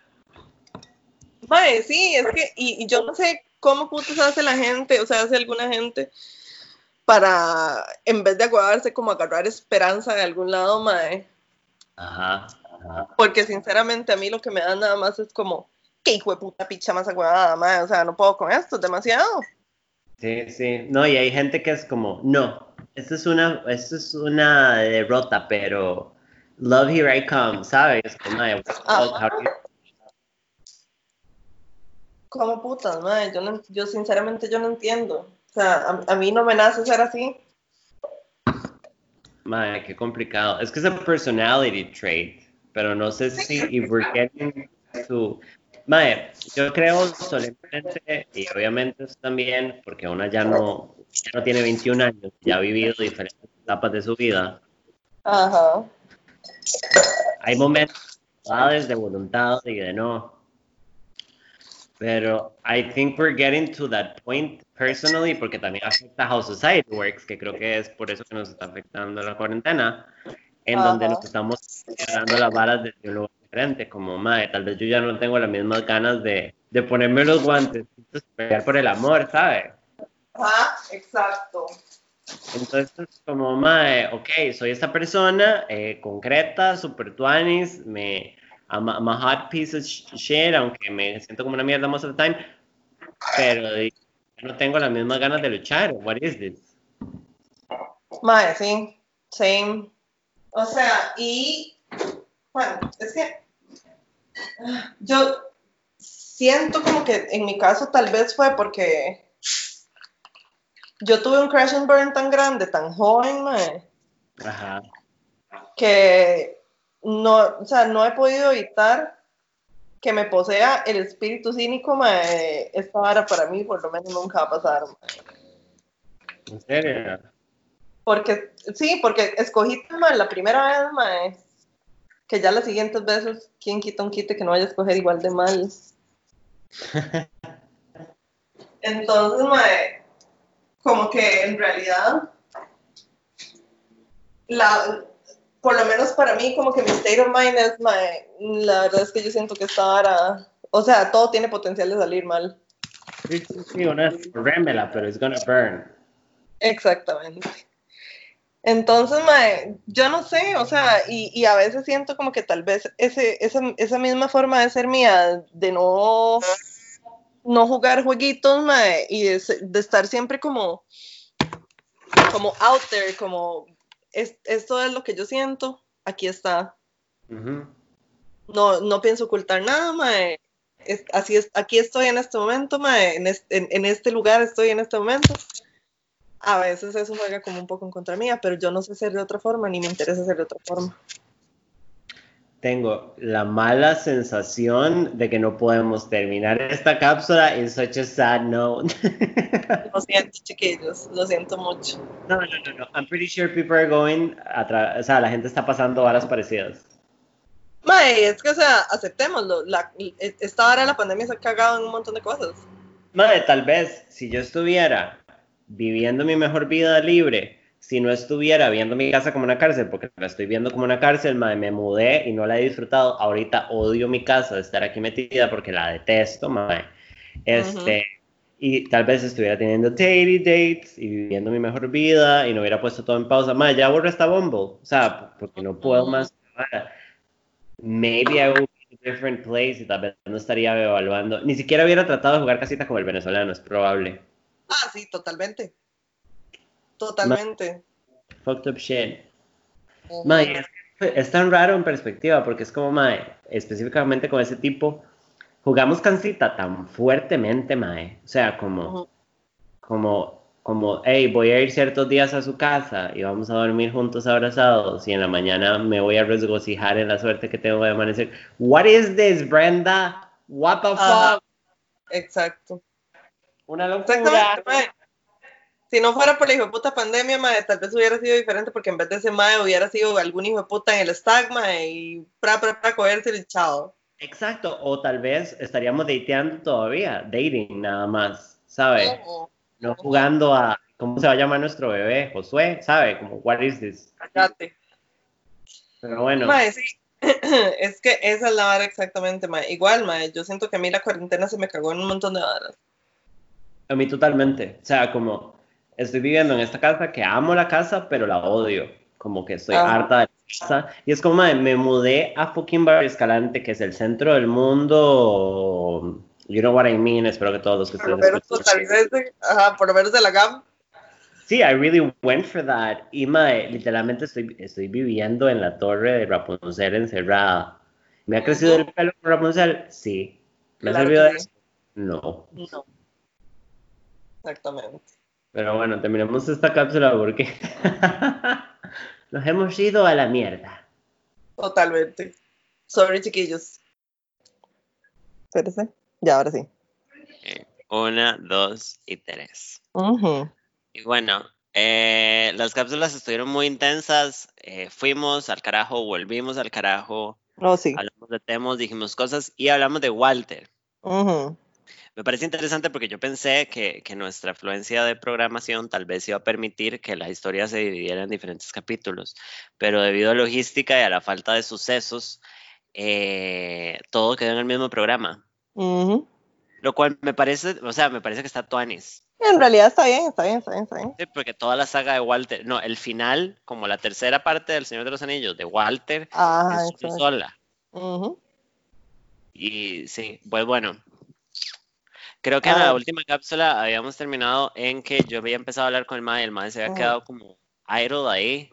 Mae, sí, es que, y yo no sé cómo putos hace la gente, o sea, hace alguna gente para, en vez de aguardarse, como agarrar esperanza de algún lado, mae. Ajá, ajá. Porque sinceramente a mí lo que me da nada más es como, qué hijo de puta picha más aguadada, mae. O sea, no puedo con esto, es demasiado. Sí, sí. No, y hay gente que es como, no, esto es una derrota, pero love here I come, ¿sabes? Como, "Mae, what the fuck, how do you-" Ajá. ¿Cómo putas, mae? Yo sinceramente yo no entiendo. O sea, a mí no me nace ser así. Mae, qué complicado. Es que es a personality trait, pero no sé si if we're getting to... Mae, yo creo solemnemente, y obviamente eso también, porque una ya no tiene 21 años, ya ha vivido diferentes etapas de su vida. Ajá. Hay momentos de voluntad y de no. Pero I think we're getting to that point personally, porque también afecta how society works, que creo que es por eso que nos está afectando la cuarentena, en donde Ajá. nos estamos ganando las varas desde un lugar diferente, como, madre, tal vez yo ya no tengo las mismas ganas de ponerme los guantes, pelear por el amor, ¿sabes? Ajá, exacto. Entonces, como, madre, ok, soy esta persona concreta, super tuanis, I'm a hot piece of shit, aunque me siento como una mierda most of the time, pero no tengo las mismas ganas de luchar. What is this? Mae, sí. Same. O sea, y bueno, es que yo siento como que en mi caso tal vez fue porque yo tuve un crash and burn tan grande, tan joven, mae, Ajá. que no, o sea, no he podido evitar que me posea el espíritu cínico, mae. Esta vara para mí por lo menos nunca va a pasar, mae. ¿En serio? Porque, sí, porque escogí tan mal la primera vez, mae, que ya las siguientes veces, ¿quién quita un quite que no vaya a escoger igual de mal? Entonces, mae, como que en realidad, por lo menos para mí, como que mi state of mind es, mae, la verdad es que yo siento que esta vara, o sea, todo tiene potencial de salir mal. Sí, una es rémela, pero it's gonna burn. Exactamente. Entonces, mae, yo no sé, o sea, y a veces siento como que tal vez esa misma forma de ser mía, de no jugar jueguitos, mae, y de estar siempre como out there, como esto es lo que yo siento, aquí está. Uh-huh. No pienso ocultar nada, mae. Así es, aquí estoy en este momento, mae, en este lugar estoy en este momento. A veces eso juega como un poco en contra mía, pero yo no sé ser de otra forma, ni me interesa ser de otra forma. Tengo la mala sensación de que no podemos terminar esta cápsula in such a sad note. Lo siento, chiquillos, lo siento mucho. No. I'm pretty sure people are going o sea, la gente está pasando horas parecidas. Mae, es que, o sea, aceptémoslo. Esta hora de la pandemia se ha cagado en un montón de cosas. Madre, tal vez si yo estuviera viviendo mi mejor vida libre, si no estuviera viendo mi casa como una cárcel, porque la estoy viendo como una cárcel, madre, me mudé y no la he disfrutado. Ahorita odio mi casa de estar aquí metida porque la detesto, madre. Y tal vez estuviera teniendo dates y viviendo mi mejor vida y no hubiera puesto todo en pausa. Madre, ya borré esta Bumble, o sea, porque no puedo más. Maybe I would be in a different place y tal vez no estaría evaluando. Ni siquiera hubiera tratado de jugar casita como el venezolano, es probable. Ah, sí, totalmente. Totalmente. Fucked up shit. Mae, es tan raro en perspectiva porque es como, mae, específicamente con ese tipo, jugamos casita tan fuertemente, mae. O sea, hey, voy a ir ciertos días a su casa y vamos a dormir juntos abrazados y en la mañana me voy a regocijar en la suerte que tengo de amanecer. What is this, Brenda? What the fuck? Exacto. Una locura. Mae. Si no fuera por la hijo de puta pandemia, mae, tal vez hubiera sido diferente porque en vez de ese mae hubiera sido algún hijo de puta en el stack, mae, y para cogerse el chao. Exacto, o tal vez estaríamos dateando todavía, dating nada más, ¿sabe? No jugando a, ¿cómo se va a llamar nuestro bebé? Josué, ¿sabe? Como, what is this? Cállate. Pero bueno. Mae, sí. Es que esa es la vara exactamente, mae. Igual, mae, yo siento que a mí la cuarentena se me cagó en un montón de varas. A mí totalmente, o sea, como estoy viviendo en esta casa que amo la casa, pero la odio, como que estoy harta de la casa, y es como, madre, me mudé a fucking Barrio Escalante, que es el centro del mundo, you know what I mean, espero que todos los que por lo ustedes menos por lo menos de la GAM. Sí, I really went for that. Y mae, literalmente estoy viviendo en la torre de Rapunzel encerrada. ¿Me ha crecido el pelo por Rapunzel? Sí. ¿Me ha servido de eso? No. No. Exactamente. Pero bueno, terminemos esta cápsula porque nos hemos ido a la mierda. Totalmente. Sorry, chiquillos. Espérese. Ya, ahora sí. 1, 2 y 3. Y bueno, las cápsulas estuvieron muy intensas. Fuimos al carajo, volvimos al carajo. Oh, sí. Hablamos de temas, dijimos cosas y hablamos de Walter. Me parece interesante porque yo pensé que nuestra afluencia de programación tal vez iba a permitir que la historia se dividiera en diferentes capítulos, pero debido a logística y a la falta de sucesos, todo quedó en el mismo programa. Lo cual me parece que está tuanis. En realidad está bien. Sí, porque toda la saga de Walter, no, el final, como la tercera parte del Señor de los Anillos de Walter, es sola. Y sí, pues bueno. Creo que en la última cápsula habíamos terminado en que yo había empezado a hablar con el mae se había quedado como idle ahí.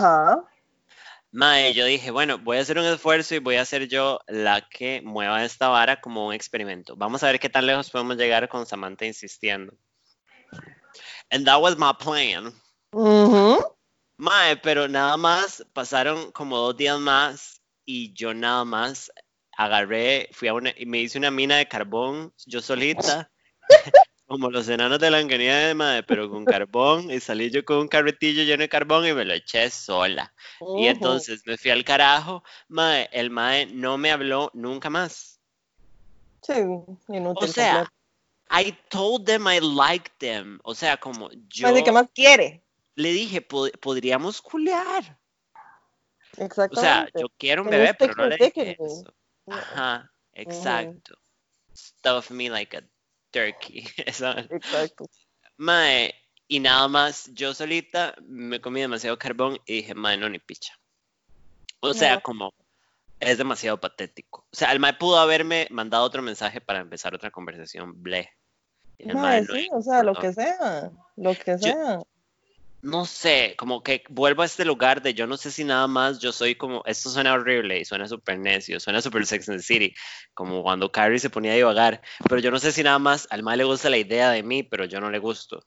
Mae, yo dije, bueno, voy a hacer un esfuerzo y voy a ser yo la que mueva esta vara como un experimento. Vamos a ver qué tan lejos podemos llegar con Samantha insistiendo. And that was my plan. Mae, pero nada más pasaron como 2 días más y yo nada más agarré, y me hice una mina de carbón yo solita, como los enanos de la Blancanieves, mae, pero con carbón, y salí yo con un carretillo lleno de carbón y me lo eché sola. Y entonces me fui al carajo, mae, el mae no me habló nunca más. Sí, inútil. O sea, I told them I liked them. O sea, como yo Así, ¿qué más quiere? le dije, podríamos culear. O sea, Exactamente. yo quiero un Can you bebé, stick pero no your le dick in dije me? eso. No. Ajá, Ujú, exacto. Stuff me like a turkey. Eso. exacto. Mae, y nada más, yo solita me comí demasiado carbón y dije, mae, no, ni picha. O sea, No. como, es demasiado patético. O sea, el mae pudo haberme mandado otro mensaje para empezar otra conversación, ble. Y el mae Mae, no sí, o sea, lo importó. que sea. Lo que Yo, sea. no sé, como que vuelvo a este lugar de yo no sé si nada más yo soy como, esto suena horrible y suena súper necio, suena súper Sex and the City, como cuando Carrie se ponía a divagar, pero yo no sé si nada más al mae le gusta la idea de mí, pero yo no le gusto.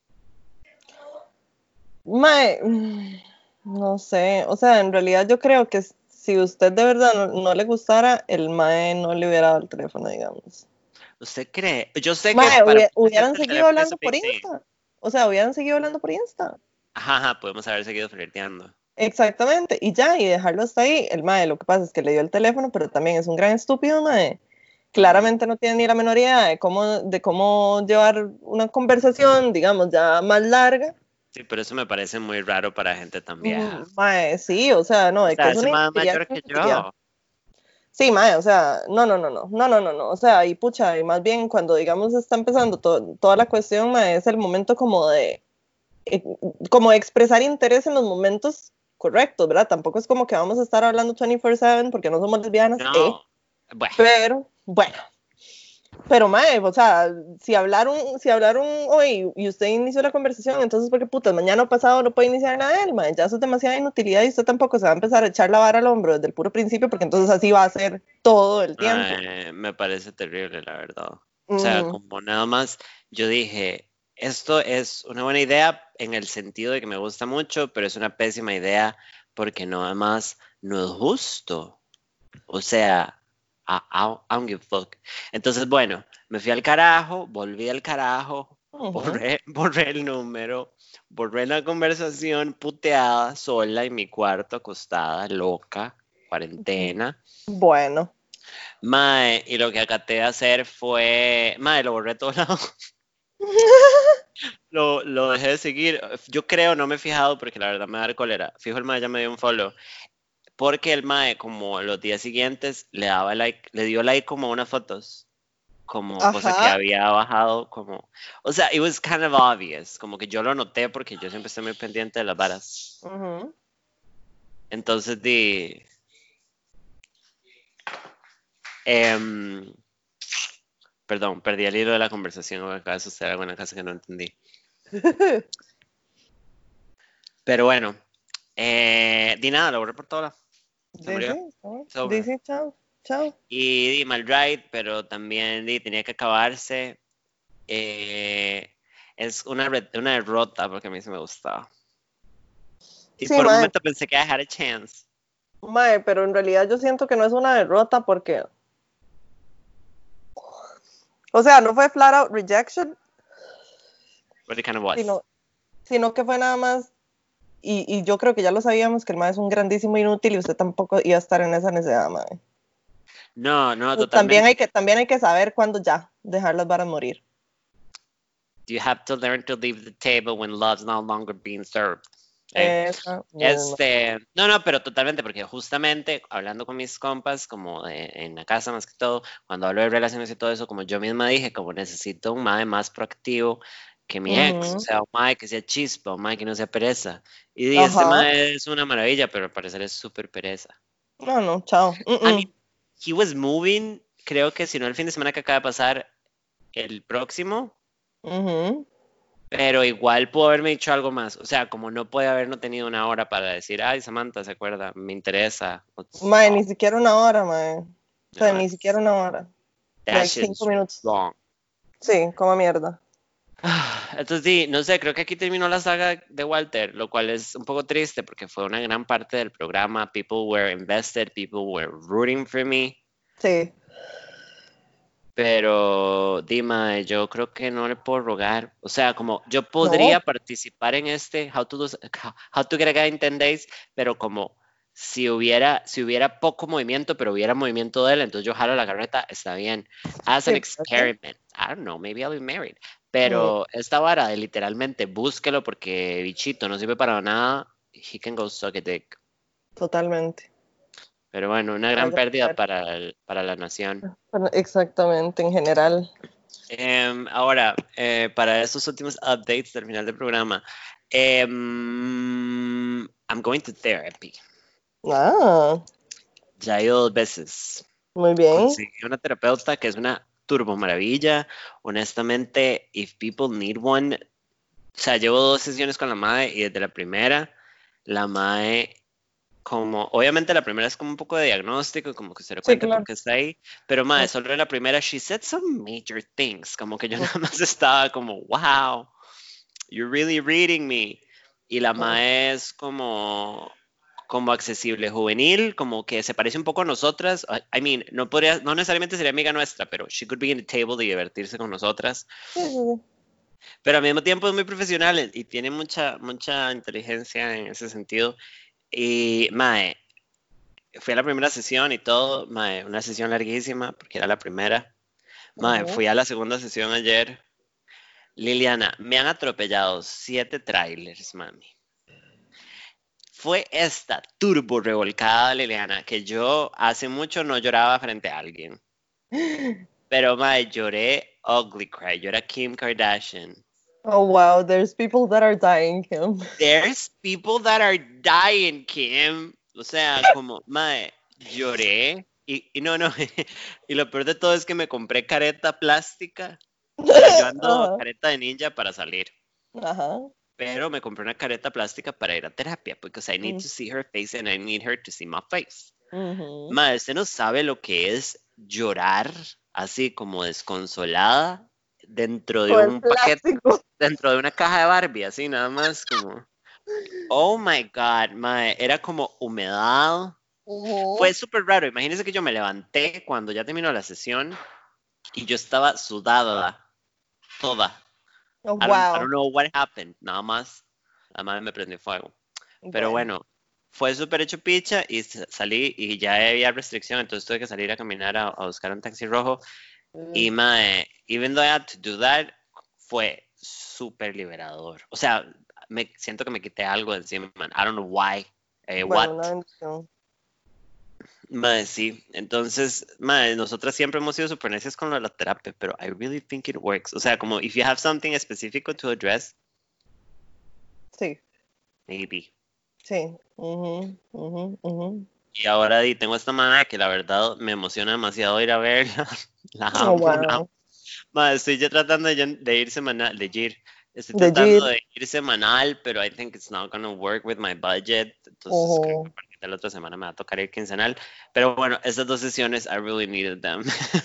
Mae, no sé. O sea, en realidad yo creo que si usted de verdad no le gustara, el mae no le hubiera dado el teléfono, digamos. ¿Usted cree? Yo sé que Mae, para mucha hubieran gente el seguido teléfono es hablando un por big thing. Insta. O sea, hubieran seguido hablando por Insta. Ajá, ajá, podemos haber seguido flirteando. Exactamente. Y ya, y dejarlo hasta ahí. El mae, lo que pasa es que le dio el teléfono, pero también es un gran estúpido, mae. Ujú. Claramente no tiene ni la menor idea de cómo llevar una conversación, digamos, ya más larga. Sí, pero eso me parece muy raro para gente tan vieja. Mae, sí, o sea, no, O de que sea, es ese una más infidelidad, mayor es una que infidelidad. yo. Sí, mae, o sea, no, o sea, y pucha, y más bien cuando, digamos, está empezando toda la cuestión, mae, es el momento eh, como de expresar interés en los momentos correctos, ¿verdad? Tampoco es como que vamos a estar hablando 24/7 porque no somos lesbianas, No, bueno, pero, bueno. Pero, mae, o sea, si hablaron hoy y usted inició la conversación, entonces, ¿por qué putas? Mañana o pasado no puede iniciar nada de él, mae. Ya eso es demasiada inutilidad y usted tampoco se va a empezar a echar la vara al hombro desde el puro principio, porque entonces así va a ser todo el tiempo. me parece terrible, la verdad. O sea, Ujú. como nada más, yo dije, esto es una buena idea en el sentido de que me gusta mucho, pero es una pésima idea porque nada más no es justo. O sea, I don't give a fuck. Entonces, bueno, me fui al carajo, volví al carajo, Ujú. borré el número, borré la conversación puteada, sola en mi cuarto, acostada, loca, cuarentena. Bueno. Mae, y lo que acaté de hacer fue, mae, lo borré de todos lados, lo dejé de seguir. Yo creo, no me he fijado porque la verdad me da cólera. Fijo, el mae ya me dio un follow. Porque el mae, como los días siguientes, le daba like, le dio like como a unas fotos, como cosa que Ajá. había bajado, como, o sea, it was kind of obvious, como que yo lo noté porque yo siempre estoy muy pendiente de las varas. Ujú. Entonces em, perdón, perdí el hilo de la conversación, o acaba de suceder algo en la casa que no entendí. Pero bueno, di nada, lo borré por todo lado. Se Dice, murió. It's over. dice, chao, chao. Y di mal ride, pero también di, tenía que acabarse. Eh, es una derrota porque a mí sí me gustaba. Y Sí, por un mae, momento pensé que I had a chance. mae, pero en realidad yo siento que no es una derrota porque, o sea, no fue flat out rejection, But it kind of was. sino, sino que fue nada más, y yo creo que ya lo sabíamos, que el mae es un grandísimo inútil y usted tampoco iba a estar en esa necesidad, mae. No, no, Pues también totalmente. también hay que saber cuándo ya dejar las varas morir. You have to learn to leave the table when love's no longer being served. Esa misma. No, pero totalmente, porque justamente hablando con mis compas, como en la casa más que todo, cuando hablo de relaciones y todo eso, como yo misma dije, como necesito un mae más proactivo que mi ex, o Ujú. sea, un mae que sea chispa, un mae que no sea pereza. Y este Ajá. mae es una maravilla, pero al parecer es súper pereza. No, no, chao. I mean, he was moving, creo que si no el fin de semana que acaba de pasar, el próximo, Ujú. pero igual pudo haberme dicho algo más. O sea, como no puede haber no tenido una hora para decir, ay, Samantha, ¿se acuerda? Me interesa. Mae, ni siquiera una hora, mae. O sea, No, ni siquiera una hora. that Like shit 5 minutos. wrong. Sí, como mierda. Entonces, sí, no sé, creo que aquí terminó la saga de Walter, lo cual es un poco triste porque fue una gran parte del programa. People were invested, people were rooting for me. Sí. Pero, Dima, yo creo que no le puedo rogar. O sea, como yo No. podría participar en este How to Get a Guy in 10 Days, pero como si hubiera poco movimiento, pero hubiera movimiento de él, entonces yo jalo la carreta, está bien. As Sí, an pero ¿qué? experiment, I don't know, maybe I'll be married. Pero esta vara de literalmente búsquelo porque bichito no sirve para nada, he can go suck a dick. Totalmente. Pero bueno, una gran pérdida para la nación. Exactamente, en general. Ahora, para estos últimos updates del final del programa, I'm going to therapy. Ah, Ya he ido 2 veces. muy bien. Conseguí una terapeuta que es una turbo maravilla. Honestamente, if people need one, o sea, llevo 2 sesiones con la MAE y desde la primera, la MAE, como, obviamente la primera es como un poco de diagnóstico, como que se da cuenta claro. por qué está ahí, pero MAE, solo en la primera, she said some major things, como que yo nada más estaba como, wow, you're really reading me. Y la MAE es como accesible, juvenil, como que se parece un poco a nosotras. I mean, no necesariamente sería amiga nuestra, pero she could be in the table de divertirse con nosotras. Sí. Pero al mismo tiempo es muy profesional y tiene mucha inteligencia en ese sentido. Y, mae, fui a la primera sesión y todo, mae, una sesión larguísima, porque era la primera. Mae, fui a la segunda sesión ayer. Liliana, me han atropellado 7 trailers, mami. Fue esta turbo revolcada, Liliana, que yo hace mucho no lloraba frente a alguien. Pero, mae, lloré ugly cry. Yo era Kim Kardashian. Oh, wow, there's people that are dying, Kim. There's people that are dying, Kim. O sea, como, mae, lloré. Y no, y lo peor de todo es que me compré careta plástica. O sea, yo ando careta de ninja para salir. Ajá. Pero me compré una careta plástica para ir a terapia, because I need to see her face and I need her to see my face. Mae, usted no sabe lo que es llorar así como desconsolada dentro de un paquete, dentro de una caja de Barbie, así nada más como, oh my God, mae, era como humedad. Fue súper raro. Imagínense que yo me levanté cuando ya terminó la sesión y yo estaba sudada, toda. Oh, I wow. don't know what happened, nada más. La madre me prendió fuego. Pero bueno, fue súper hecho picha y salí y ya había restricción, entonces tuve que salir a caminar a buscar un taxi rojo. Y mae, even though I had to do that, fue súper liberador. O sea, me siento que me quité algo de encima, man. I don't know why. What? Mae, sí. Entonces, mae, nosotras siempre hemos sido súper necias con la terapia, pero I really think it works. O sea, como if you have something específico to address. Sí. Maybe. Sí. Y ahora tengo esta madre que la verdad me emociona demasiado ir a verla. La Oh, amo. wow. Madre, estoy ya tratando de ir semanal, Estoy tratando de ir semanal, pero I think it's not gonna work with my budget. Entonces creo que a partir de la otra semana me va a tocar ir quincenal. Pero bueno, estas 2 sesiones, I really needed them.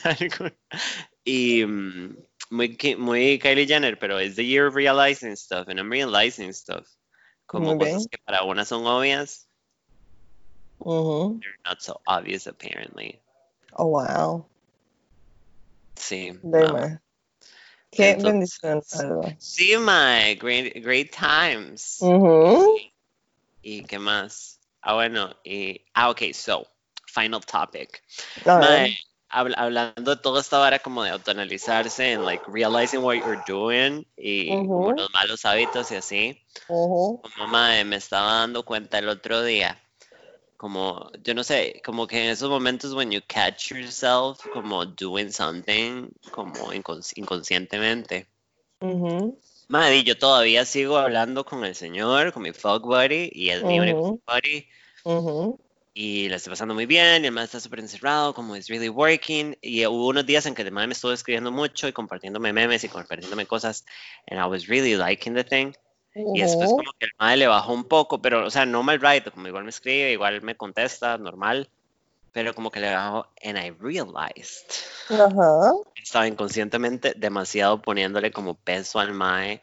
Y muy Kylie Jenner, pero es the year of realizing stuff, and I'm realizing stuff. Como cosas que para unas son obvias. They're not so obvious, apparently. Oh, wow. Sí. Qué bendición, ¿verdad? Sí, great times. ¿Y qué más? Bueno, ok, so, final topic. Hablando de toda esta vara como de autoanalizarse and like realizing what you're doing y como los malos hábitos y así. Como me estaba dando cuenta el otro día, como, yo no sé, como que en esos momentos when you catch yourself como doing something como inconscientemente. Madre, yo todavía sigo hablando con el señor, con mi fuck buddy, y es mi único fuck buddy. Y la estoy pasando muy bien, y el man está súper encerrado, como es really working. Y hubo unos días en que el man me estuvo escribiendo mucho y compartiéndome memes y compartiéndome cosas, and I was really liking the thing. Y después como que el man le bajó un poco, pero, o sea, no mal right, como igual me escribe, igual me contesta, normal. Pero como que le bajó, and I realized. Estaba inconscientemente demasiado poniéndole como peso al mae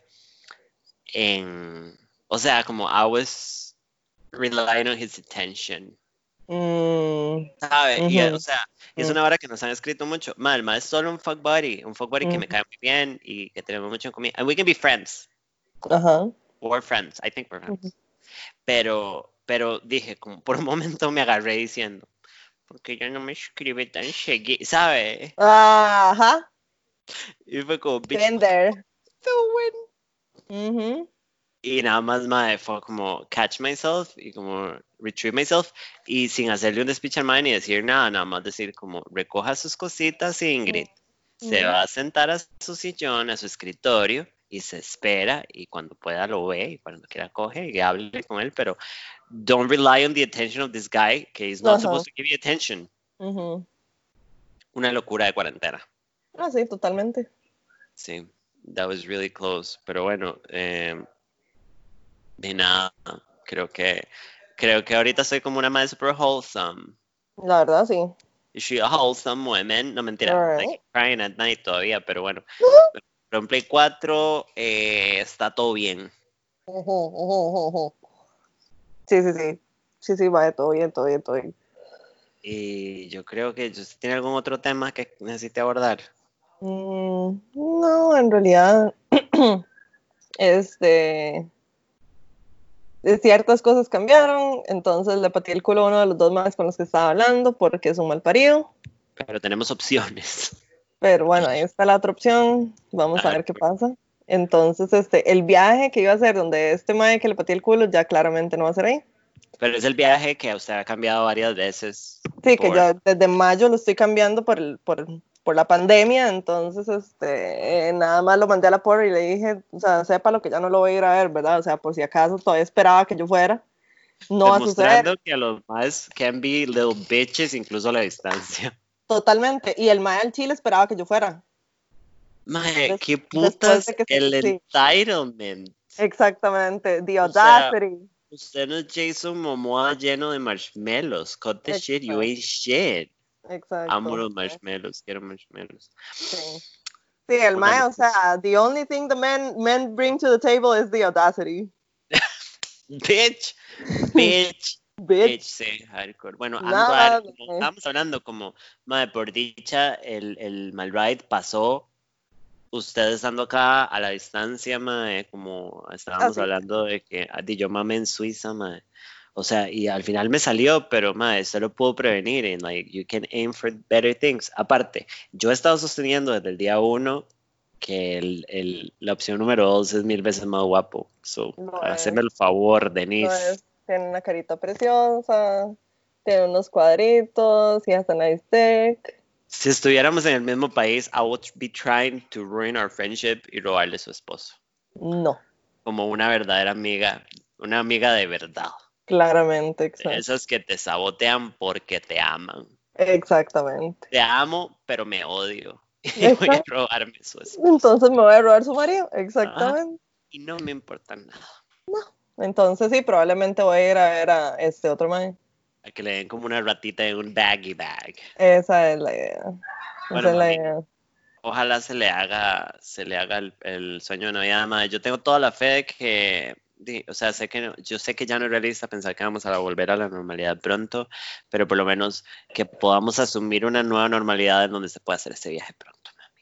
o sea, como I was relying on his attention. ¿Sabe? Y, o sea, es una hora que nos han escrito mucho. El mae es solo un fuck buddy que me cae muy bien y que tenemos mucho en común. And we can be friends. We're friends, I think we're friends. Pero dije, como por un momento me agarré diciendo, porque ya no me escribe tan seguido, ¿sabe? Y fue como, bitch, Been there. doing? Ujú. Y nada más, mae, fue como catch myself y como retrieve myself y sin hacerle un speech al mae ni decir nada, nada más decir como recoja sus cositas, Ingrid, se va a sentar a su sillón, a su escritorio y se espera y cuando pueda lo ve y cuando quiera coge y hable con él, pero don't rely on the attention of this guy que is not Ajá. supposed to give you attention. Ujú. Una locura de cuarentena. Ah, sí, totalmente. Sí, that was really close. Pero bueno, de nada, creo que ahorita soy como una madre super wholesome. La verdad, sí. Is she a wholesome woman? No, mentira, Alright. like crying at night todavía, pero bueno. Pero en Play 4 está todo bien. Ujú, ujú, ujú. Sí, sí, sí. Sí, sí, vaya, todo bien, todo bien, todo bien. Y yo creo que ¿tiene algún otro tema que necesite abordar? No, en realidad, este, ciertas cosas cambiaron, entonces le pateé el culo a uno de los dos más con los que estaba hablando porque es un mal parido, Pero tenemos opciones. pero bueno, ahí está la otra opción, vamos a Ah, ver qué pasa. Entonces, el viaje que iba a hacer donde este mae que le pateé el culo ya claramente no va a ser ahí. pero es el viaje que usted ha cambiado varias veces Sí, que por... yo desde mayo lo estoy cambiando por la pandemia, entonces nada más lo mandé a la porra y le dije, o sea, sepa lo que ya no lo voy a ir a ver, ¿verdad? O sea, por si acaso todavía esperaba que yo fuera, no va a suceder Demostrando que a los más can be little bitches incluso a la distancia. totalmente. Y el mae al Chile esperaba que yo fuera. Mae, qué Después putas de que el sí, entitlement. exactamente, the O sea, audacity. usted no es Jason Momoa lleno de marshmallows. Cut the shit, you Exacto, ain't shit. Amo exacto. los marshmallows, quiero marshmallows. Sí. Sí, el Una mae, o locura. sea, the only thing the men bring to the table is the audacity. Bitch, bitch, bitch, Bitch. sí, hardcore. Bueno, I'm glad, Nada. como estábamos hablando, como, madre, por dicha, el mal ride pasó, usted estando acá a la distancia, madre, como estábamos Así. hablando de que yo mamé en Suiza, madre. O sea, y al final me salió, pero madre, usted lo pudo prevenir, and like, you can aim for better things. Aparte, yo he estado sosteniendo desde el día 1 que la opción número 2 es 1000 veces más guapo. So, Lo haceme es, el favor, lo es. Denise. Tiene una carita preciosa, tiene unos cuadritos y hasta nice dick. Si estuviéramos en el mismo país, I would be trying to ruin our friendship y robarle su esposo. No, Como una verdadera amiga, una amiga de verdad. claramente, exacto. Esas que te sabotean porque te aman. Exactamente. Te amo, pero me odio. Y voy a Exacto. robarme su esposo. Entonces me voy a robar su marido. Ajá. Exactamente. Y no me importa nada. Entonces sí, probablemente voy a ir a ver a este otro man. A que le den como una ratita en un baggy bag. Esa es la idea. Bueno, Esa es la mami, idea. ojalá se le haga el sueño de Navidad, madre. Yo tengo toda la fe de que, o sea, yo sé que ya no es realista pensar que vamos a volver a la normalidad pronto, pero por lo menos que podamos asumir una nueva normalidad en donde se pueda hacer este viaje pronto.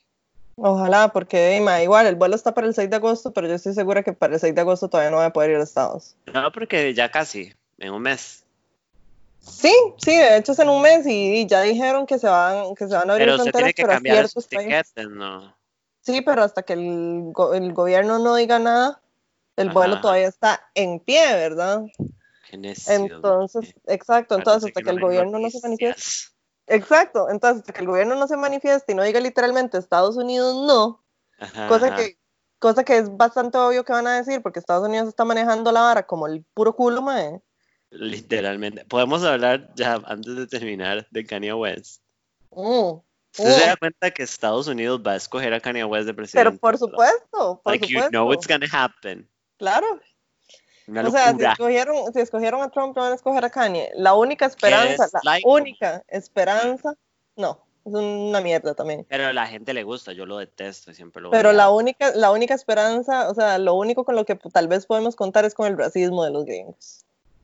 Ojalá, porque igual el vuelo está para el 6 de agosto, pero yo estoy segura que para el 6 de agosto todavía no voy a poder ir a Estados. No, porque ya casi, en un mes. Sí, sí, de hecho es en un mes y ya dijeron que se van a abrir Pero usted fronteras tiene que para cambiar ciertos esos países. tiquetes, ¿no? Sí, pero hasta que el gobierno no diga nada, el vuelo Ajá, todavía está en pie, ¿verdad? qué necio. Entonces, exacto, entonces Parece hasta que que no el ven gobierno no se manifieste. noticias. Exacto, entonces hasta que el gobierno no se manifieste y no diga literalmente Estados Unidos no, Ajá, cosa ajá. que, cosa que es bastante obvio que van a decir, porque Estados Unidos está manejando la vara como el puro culo, mae. Literalmente. Podemos hablar ya antes de terminar de Kanye West. Mm, Usted se da mm. cuenta que Estados Unidos va a escoger a Kanye West de Pero presidente, ¿verdad? por Like you know supuesto, it's gonna happen. claro. Una O sea, si locura. escogieron a Trump, no van a escoger a Kanye. La única Que esperanza, es like, no, es una mierda también. pero a la gente le gusta, yo lo detesto, siempre lo he Pero la odiado. única, la única esperanza, o sea, lo único con lo que tal vez podemos contar es con el racismo de los gringos.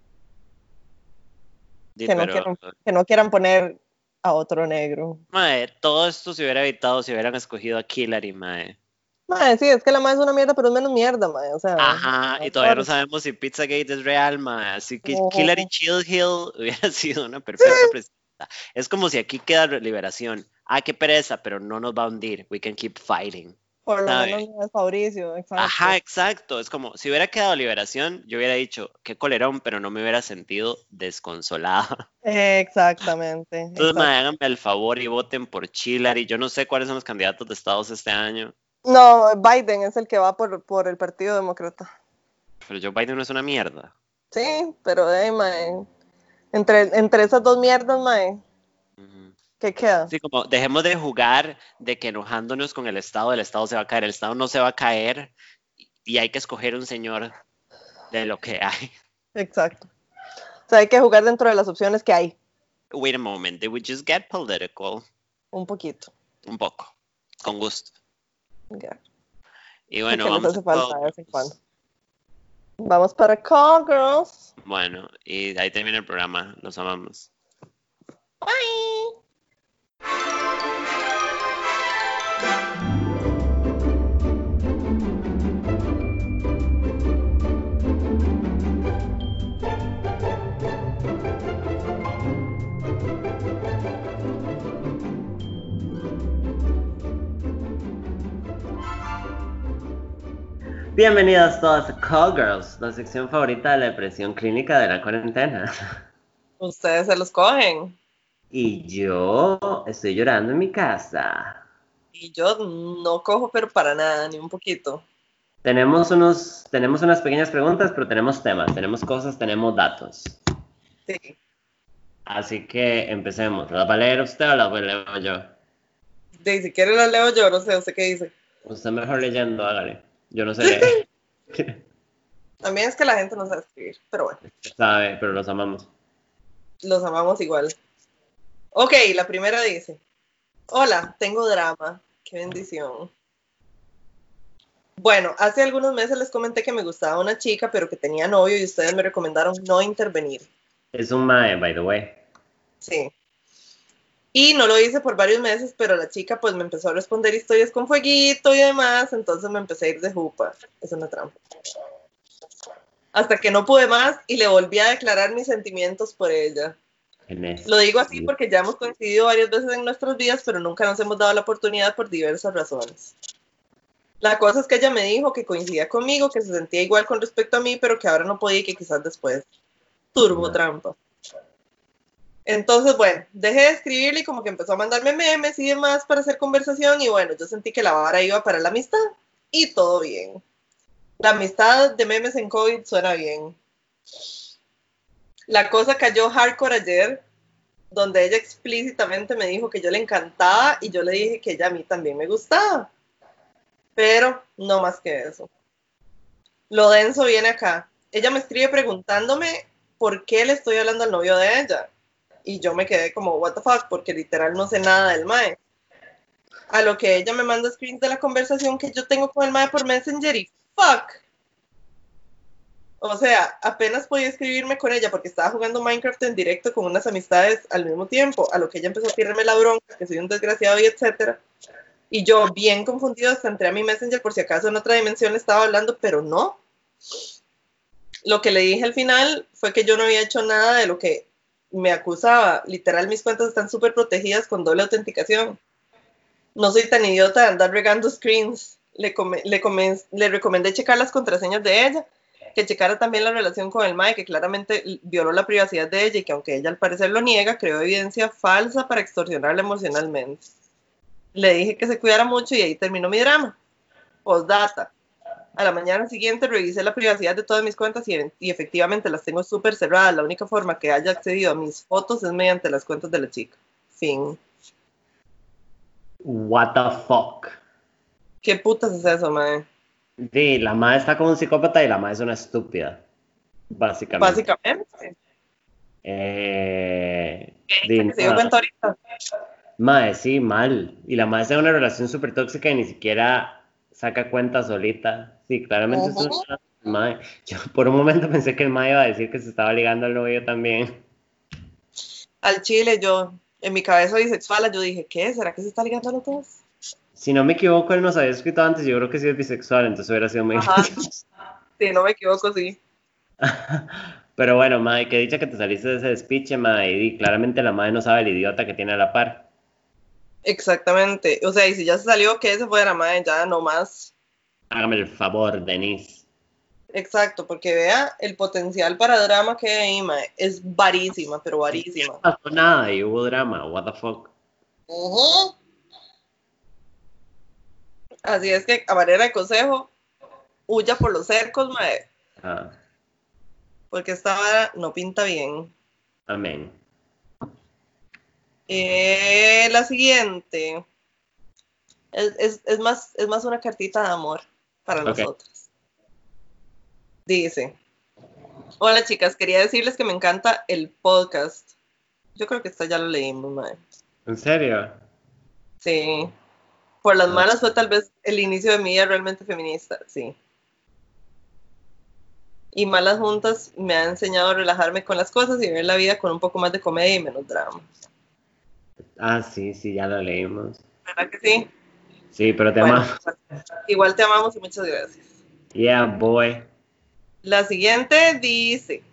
Sí, Que no pero quieran, que no quieran poner a otro negro. mae, todo esto se hubiera evitado si hubieran escogido a Hillary, mae. Mae, sí, es que la mae es una mierda, pero es menos mierda, mae. O sea, Ajá, y todavía no sabemos si Pizzagate es real, mae. Así que Hillary ujú, Chill Hill hubiera sido una perfecta presidenta. Es como si aquí queda liberación. qué pereza, pero no nos va a hundir. We can keep fighting. Por lo ¿Sabe? menos no es Fabricio, exacto. Ajá, exacto. Es como, si hubiera quedado Liberación, yo hubiera dicho, qué colerón, pero no me hubiera sentido desconsolada. Exactamente. Entonces, mae, háganme el favor y voten por Chilari. Yo no sé cuáles son los candidatos de estados este año, No, Biden es el que va por el Partido Demócrata. pero Joe Biden no es una mierda. Sí, pero mae, entre esas dos mierdas, mae, Ujú. ¿qué queda? Sí, como dejemos de jugar de que enojándonos con el Estado se va a caer. El Estado no se va a caer y hay que escoger un señor de lo que hay. Exacto. O sea, hay que jugar dentro de las opciones que hay. Wait a moment, did we just get political? Un poquito. Un poco, con gusto. Ya. Y bueno, Porque les vamos hace a falta de vez en Call cuando. Girls. Vamos para Call Girls. Bueno, y ahí termina el programa. Los amamos. Bye. Bienvenidas todas a Call Girls, la sección favorita de la depresión clínica de la cuarentena. Ustedes se los cogen. Y yo estoy llorando en mi casa. Y yo no cojo, pero para nada, ni un poquito. Tenemos unas pequeñas preguntas, pero tenemos temas, tenemos cosas, tenemos datos. Sí. Así que empecemos. ¿La va a leer usted o la leo yo? De, si quiere la leo yo, no sé, ¿usted qué dice? Usted mejor leyendo, hágale. Yo no sé leer. También es que la gente no sabe escribir, pero bueno, Sabe, pero los amamos. los amamos igual. Ok, la primera dice: hola, tengo drama. Qué bendición. Bueno, hace algunos meses les comenté que me gustaba una chica, pero que tenía novio y ustedes me recomendaron no intervenir. Es un mae, by the way. Sí. Y no lo hice por varios meses, pero la chica pues me empezó a responder historias con fueguito y demás, entonces me empecé a ir de jupa. Es una trampa. Hasta que no pude más y le volví a declarar mis sentimientos por ella. Lo digo así porque ya hemos coincidido varias veces en nuestras vidas, pero nunca nos hemos dado la oportunidad por diversas razones. La cosa es que ella me dijo que coincidía conmigo, que se sentía igual con respecto a mí, pero que ahora no podía y que quizás después. Turbo trampa. Entonces, bueno, dejé de escribirle y como que empezó a mandarme memes y demás para hacer conversación y bueno, yo sentí que la vara iba para la amistad y todo bien. La amistad de memes en COVID suena bien. La cosa cayó hardcore ayer, donde ella explícitamente me dijo que yo le encantaba y yo le dije que ella a mí también me gustaba. Pero no más que eso. Lo denso viene acá. Ella me escribe preguntándome por qué le estoy hablando al novio de ella. Y yo me quedé como, what the fuck, porque literal no sé nada del mae. A lo que ella me manda screens de la conversación que yo tengo con el mae por Messenger y fuck. O sea, apenas podía escribirme con ella porque estaba jugando Minecraft en directo con unas amistades al mismo tiempo, a lo que ella empezó a tirarme la bronca, que soy un desgraciado y etcétera. Y yo, bien confundido, hasta entré a mi Messenger por si acaso en otra dimensión le estaba hablando, pero no. Lo que le dije al final fue que yo no había hecho nada de lo que me acusaba. Literal, mis cuentas están súper protegidas con doble autenticación. No soy tan idiota de andar regando screens. Le recomendé checar las contraseñas de ella, que checara también la relación con el mae, que claramente violó la privacidad de ella y que aunque ella al parecer lo niega, creó evidencia falsa para extorsionarla emocionalmente. Le dije que se cuidara mucho y ahí terminó mi drama. Postdata. A la mañana siguiente revisé la privacidad de todas mis cuentas y efectivamente las tengo súper cerradas. La única forma que haya accedido a mis fotos es mediante las cuentas de la chica. Fin. What the fuck. ¿Qué putas es eso, mae? Sí, la mae está como un psicópata y la mae es una estúpida. Básicamente. Básicamente. Sí, ¿Se dio cuenta ahorita? mae, sí, mal. Y la mae está en una relación súper tóxica y ni siquiera saca cuenta solita. Sí, claramente es una mae. Yo por un momento pensé que el mae iba a decir que se estaba ligando al novio también. Al chile, yo, en mi cabeza bisexual, yo dije, ¿qué? ¿Será que se está ligando a los dos? Si no me equivoco, él nos había escrito antes, yo creo que sí es bisexual, entonces hubiera sido muy Ajá. Sí, no me equivoco, sí. Pero bueno, mae, que dicha que te saliste de ese despiche, mae, y claramente la mae no sabe el idiota que tiene a la par. Exactamente. O sea, y si ya se salió, que se fuera, mae, ya no más. Hágame el favor, Denise. Exacto, porque vea el potencial para drama que hay ahí, mae. Es varísima, pero varísima. No pasó nada y hubo drama, what the fuck. Ujú. Así es que, a manera de consejo, huya por los cercos, mae, Ah, porque esta vara no pinta bien. amén. La siguiente es más una cartita de amor para Ok. nosotros. Dice, hola chicas, quería decirles que me encanta el podcast. Yo creo que esta ya lo leímos, mae. ¿En serio? Sí. Por las Ah, malas fue tal vez el inicio de mi vida realmente feminista, sí. Y Malas Juntas me ha enseñado a relajarme con las cosas y ver la vida con un poco más de comedia y menos drama. sí, sí, ya lo leímos. ¿Verdad que sí? Sí, pero te Bueno, amamos. igual te amamos y muchas gracias. Yeah, boy. La siguiente dice,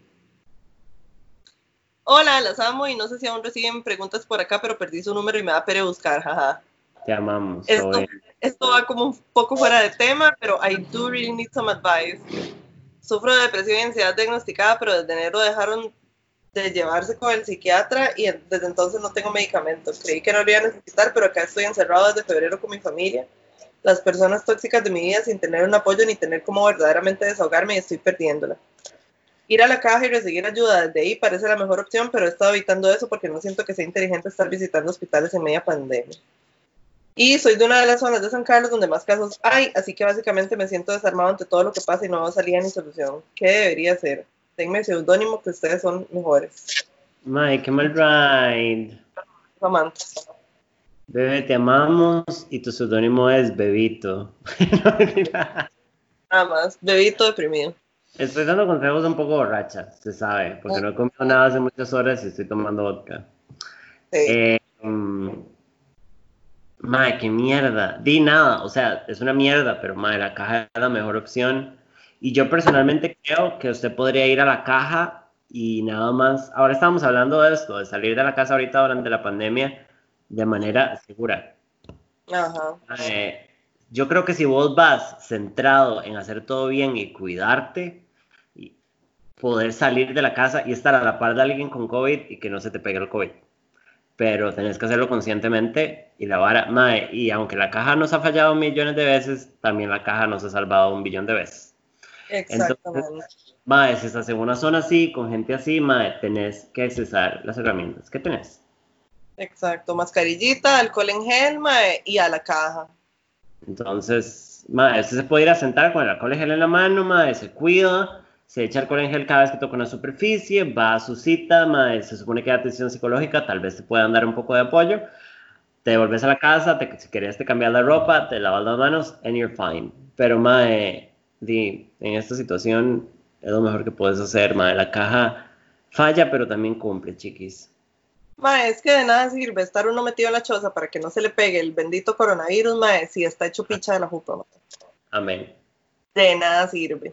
hola, las amo y no sé si aún reciben preguntas por acá, pero perdí su número y me da pere buscar, jaja. Te amamos. Todo Esto, bien. esto va como un poco fuera de tema, pero I do really need some advice. Sufro de depresión y ansiedad diagnosticada, pero desde enero dejaron de llevarse con el psiquiatra y desde entonces no tengo medicamentos. Creí que no lo iba a necesitar, pero acá estoy encerrado desde febrero con mi familia, las personas tóxicas de mi vida sin tener un apoyo ni tener cómo verdaderamente desahogarme y estoy perdiéndola. Ir a la caja y recibir ayuda desde ahí parece la mejor opción, pero he estado evitando eso porque no siento que sea inteligente estar visitando hospitales en media pandemia. Y soy de una de las zonas de San Carlos donde más casos hay, así que básicamente me siento desarmado ante todo lo que pasa y no veo salida ni solución. ¿Qué debería hacer? Denme seudónimo que ustedes son mejores. Mae, qué mal ride. Amantes. Bebé, te amamos y tu seudónimo es Bebito. No, mentira. Nada más. Bebito deprimido. Estoy dando consejos un poco borracha, se sabe, porque no he comido nada hace muchas horas y estoy tomando vodka. Sí. Mae, qué mierda. Di nada, o sea, es una mierda, pero mae, la caja es la mejor opción. Y yo personalmente creo que usted podría ir a la caja y nada más. Ahora estamos hablando de esto, de salir de la casa ahorita durante la pandemia de manera segura. Ajá. Eh, yo creo que si vos vas centrado en hacer todo bien y cuidarte, y poder salir de la casa y estar a la par de alguien con COVID y que no se te pegue el COVID. Pero tenés que hacerlo conscientemente y la vara, mae, y aunque la caja nos ha fallado millones de veces, también la caja nos ha salvado un billón de veces. Entonces, Exactamente. mae, si estás en una zona así, con gente así, mae, tenés que cesar las herramientas que tenés. Exacto. Mascarillita, alcohol en gel, mae, y a la caja. Entonces, mae, usted se puede ir a sentar con el alcohol en gel en la mano, mae, se cuida, se echa alcohol en gel cada vez que toca una superficie, va a su cita, mae, se supone que hay atención psicológica, tal vez te puedan dar un poco de apoyo, te volvés a la casa, si querés te cambias la ropa, te lavas las manos, and you're fine. Pero, mae, en esta situación es lo mejor que puedes hacer, mae, la caja falla, pero también cumple, chiquis. Mae, es que de nada sirve estar uno metido en la choza para que no se le pegue el bendito coronavirus, mae, si está hecho picha de la jupa, mae. Amén. De nada sirve.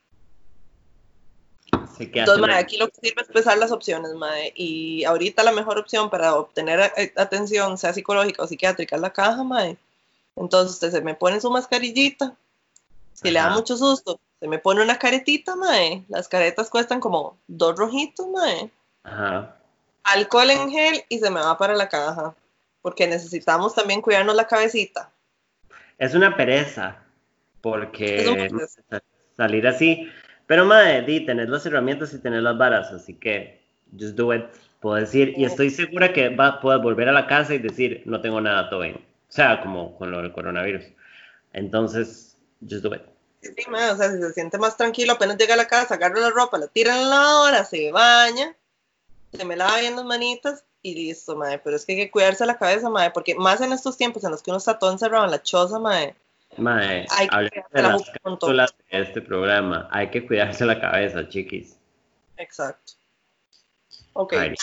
Así que Entonces, hacen mae, aquí lo que sirve es pesar las opciones, mae, y ahorita la mejor opción para obtener atención, sea psicológica o psiquiátrica, es la caja, mae. Entonces, usted se me pone su mascarillita, si le da Ajá, mucho susto, se me pone una caretita, mae. Las caretas cuestan como 2 rojitos, mae. ajá. Alcohol en gel y se me va para la caja. Porque necesitamos también cuidarnos la cabecita. Es una pereza, Es un porque proceso. salir así. Pero, madre, tenés las herramientas y tenés las varas, así que just do it. Puedo decir, y estoy segura que puedes volver a la casa y decir, no tengo nada, todo bien. O sea, como con lo del coronavirus. Entonces, just do it. Sí, sí, mae, o sea, si se siente más tranquilo, apenas llega a la casa, agarra la ropa, la tira en la lavadora, se baña, se me lava bien las manitas y listo, mae. Pero es que hay que cuidarse la cabeza, mae, porque más en estos tiempos en los que uno está todo encerrado en la choza, mae, Mae, hay que hablemos cuidarse de la las jupa un montón. cápsulas de este programa. Hay que cuidarse la cabeza, chiquis. Exacto. Ok, Ay,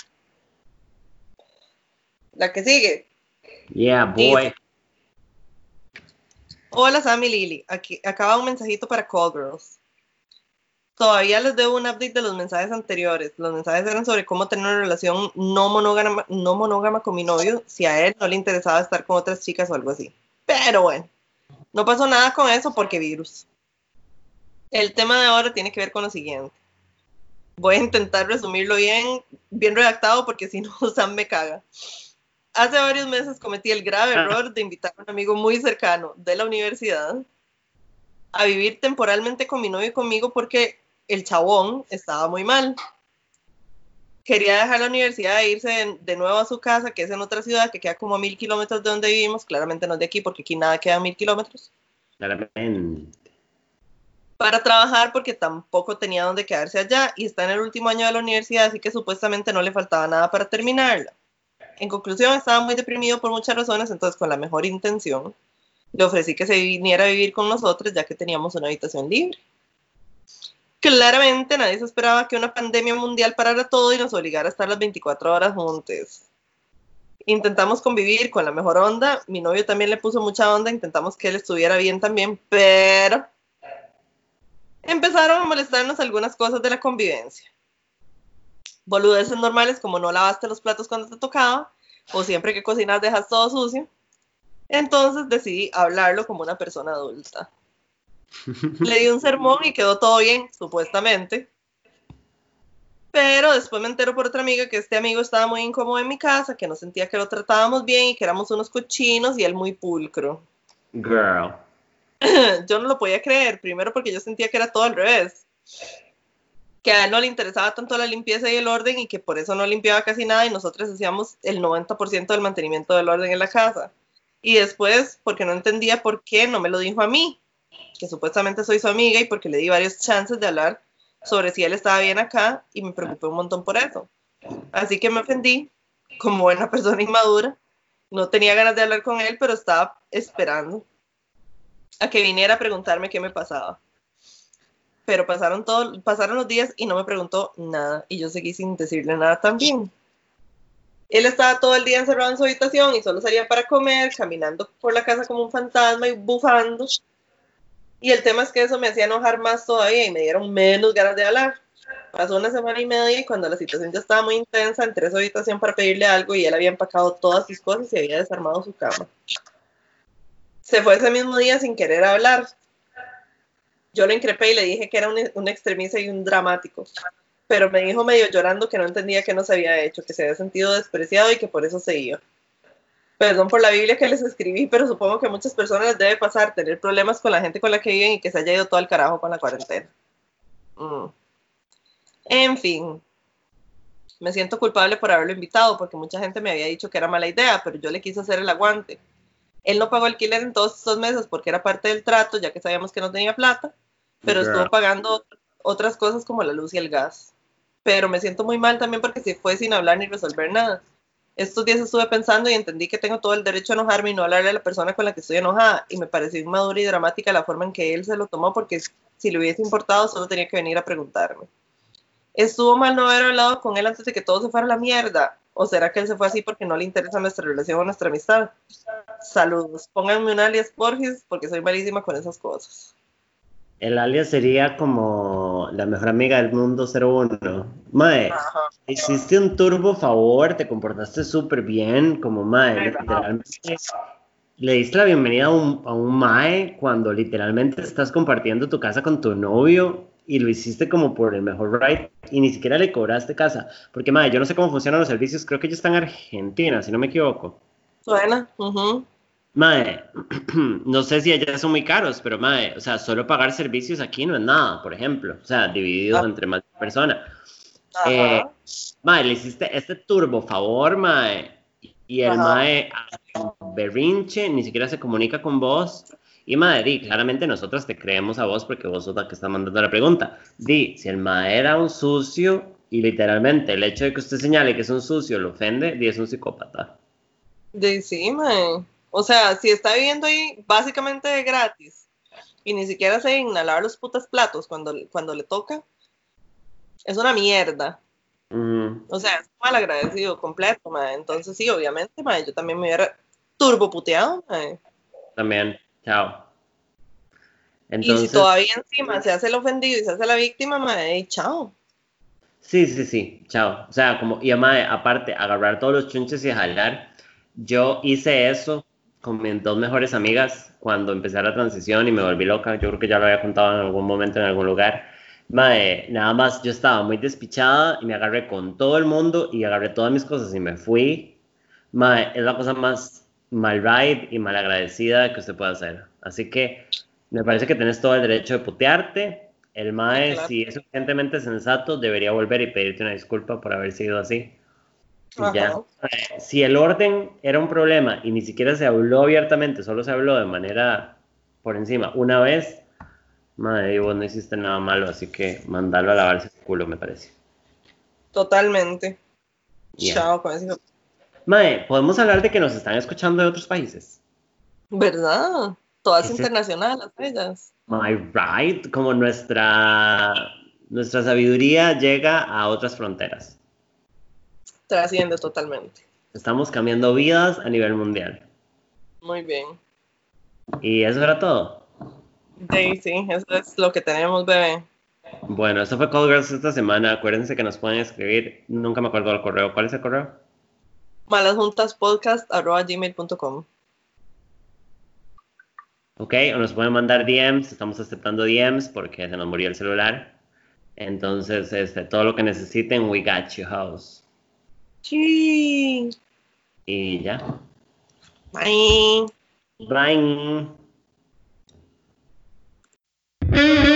la que sigue. yeah, Dice, boy. hola Sam y Lili, aquí acaba un mensajito para Call Girls. Todavía les debo un update de los mensajes anteriores. Los mensajes eran sobre cómo tener una relación no monógama con mi novio si a él no le interesaba estar con otras chicas o algo así. Pero bueno, no pasó nada con eso porque virus. El tema de ahora tiene que ver con lo siguiente. Voy a intentar resumirlo bien redactado porque si no, Sam me caga. Hace varios meses cometí el grave error de invitar a un amigo muy cercano de la universidad a vivir temporalmente con mi novio y conmigo porque el chabón estaba muy mal. Quería dejar la universidad e irse de nuevo a su casa, que es en otra ciudad, que queda como a 1000 kilómetros de donde vivimos. Claramente no es de aquí, porque aquí nada queda a 1000 kilómetros. Claramente. Para trabajar, porque tampoco tenía dónde quedarse allá, y está en el último año de la universidad, así que supuestamente no le faltaba nada para terminarla. En conclusión, estaba muy deprimido por muchas razones, entonces con la mejor intención, le ofrecí que se viniera a vivir con nosotros, ya que teníamos una habitación libre. Claramente nadie se esperaba que una pandemia mundial parara todo y nos obligara a estar las 24 horas juntos. Intentamos convivir con la mejor onda, mi novio también le puso mucha onda, intentamos que él estuviera bien también, pero empezaron a molestarnos algunas cosas de la convivencia. Boludeces normales como no lavaste los platos cuando te tocaba, o siempre que cocinas dejas todo sucio. Entonces decidí hablarlo como una persona adulta. Le di un sermón y quedó todo bien, supuestamente. Pero después me entero por otra amiga que este amigo estaba muy incómodo en mi casa, que no sentía que lo tratábamos bien y que éramos unos cochinos y él muy pulcro. Girl. Yo no lo podía creer, primero porque yo sentía que era todo al revés. Que a él no le interesaba tanto la limpieza y el orden y que por eso no limpiaba casi nada y nosotros hacíamos el 90% del mantenimiento del orden en la casa. Y después, porque no entendía por qué no me lo dijo a mí, que supuestamente soy su amiga y porque le di varios chances de hablar sobre si él estaba bien acá y me preocupé un montón por eso. Así que me ofendí como buena persona inmadura. No tenía ganas de hablar con él, pero estaba esperando a que viniera a preguntarme qué me pasaba. Pero pasaron los días y no me preguntó nada y yo seguí sin decirle nada también. Él estaba todo el día encerrado en su habitación y solo salía para comer, caminando por la casa como un fantasma y bufando. Y el tema es que eso me hacía enojar más todavía y me dieron menos ganas de hablar. Pasó una semana y media y cuando la situación ya estaba muy intensa, entré a su habitación para pedirle algo y él había empacado todas sus cosas y había desarmado su cama. Se fue ese mismo día sin querer hablar. Yo lo increpé y le dije que era un extremista y un dramático. Pero me dijo medio llorando que no entendía qué nos había hecho, que se había sentido despreciado y que por eso se iba. Perdón por la Biblia que les escribí, pero supongo que a muchas personas les debe pasar tener problemas con la gente con la que viven y que se haya ido todo al carajo con la cuarentena. En fin, me siento culpable por haberlo invitado porque mucha gente me había dicho que era mala idea, pero yo le quise hacer el aguante. Él no pagó alquiler en todos estos meses porque era parte del trato, ya que sabíamos que no tenía plata, pero estuvo pagando otras cosas como la luz y el gas. Pero me siento muy mal también porque se fue sin hablar ni resolver nada. Estos días estuve pensando y entendí que tengo todo el derecho a enojarme y no hablarle a la persona con la que estoy enojada, y me pareció inmadura y dramática la forma en que él se lo tomó porque si le hubiese importado solo tenía que venir a preguntarme. ¿Estuvo mal no haber hablado con él antes de que todo se fuera a la mierda? ¿O será que él se fue así porque no le interesa nuestra relación o nuestra amistad? Saludos. Pónganme un alias Borges porque soy malísima con esas cosas. El alias sería como la mejor amiga del mundo 01. Mae, hiciste un turbo favor, te comportaste súper bien, como mae, literalmente le diste la bienvenida a un mae cuando literalmente estás compartiendo tu casa con tu novio y lo hiciste como por el mejor ride y ni siquiera le cobraste casa. Porque mae, yo no sé cómo funcionan los servicios, creo que ellos están en Argentina, si no me equivoco. Suena, Mae, no sé si allá son muy caros, pero mae, o sea, solo pagar servicios aquí no es nada, por ejemplo, o sea, divididos entre más personas. Mae, le hiciste este turbo favor, mae, y el mae berrinche, ni siquiera se comunica con vos. Y mae, di, claramente nosotros te creemos a vos porque vos sos la que está mandando la pregunta. Di, si el mae era un sucio y literalmente el hecho de que usted señale que es un sucio lo ofende, di, es un psicópata. Di, sí, mae. O sea, si está viviendo ahí básicamente de gratis y ni siquiera se digna lavar los putas platos cuando le toca, es una mierda. O sea, es mal agradecido completo, mae. Entonces sí, obviamente, mae, yo también me hubiera turbo puteado, mae. También, chao. Y Entonces, si todavía encima se hace el ofendido y se hace la víctima, mae, chao. sí, chao. O sea, como, y mae, aparte, agarrar todos los chunches y jalar. Yo hice eso con mis dos mejores amigas cuando empecé la transición y me volví loca. Yo creo que ya lo había contado en algún momento en algún lugar. Mae, nada más yo estaba muy despichada y me agarré con todo el mundo y agarré todas mis cosas y me fui. Mae, es la cosa más mal ride y mal agradecida que usted puede hacer. Así que me parece que tenés todo el derecho de putearte. El Sí, mae, claro. si es suficientemente sensato, debería volver y pedirte una disculpa por haber sido así. Y ya. Ajá. Si el orden era un problema y ni siquiera se habló abiertamente, solo se habló de manera por encima una vez, madre, vos no hiciste nada malo, así que mandarlo a lavarse el culo, me parece. Totalmente. Ya. Chao con eso. Mae, podemos hablar de que nos están escuchando de otros países. ¿Verdad? Todas Ese es internacionales, ellas. my right, como nuestra sabiduría llega a otras fronteras. Trasciende totalmente. Estamos cambiando vidas a nivel mundial. Muy bien. Y eso era todo. Sí, eso es lo que tenemos, bebé. Bueno, esto fue Call Girls esta semana. Acuérdense que nos pueden escribir. Nunca me acuerdo del correo. ¿Cuál es el correo? malasjuntaspodcast@gmail.com. Ok, o nos pueden mandar DMs. Estamos aceptando DMs porque se nos murió el celular. Entonces, todo lo que necesiten, we got you, house. Sí. Y ya. Bye. Bye.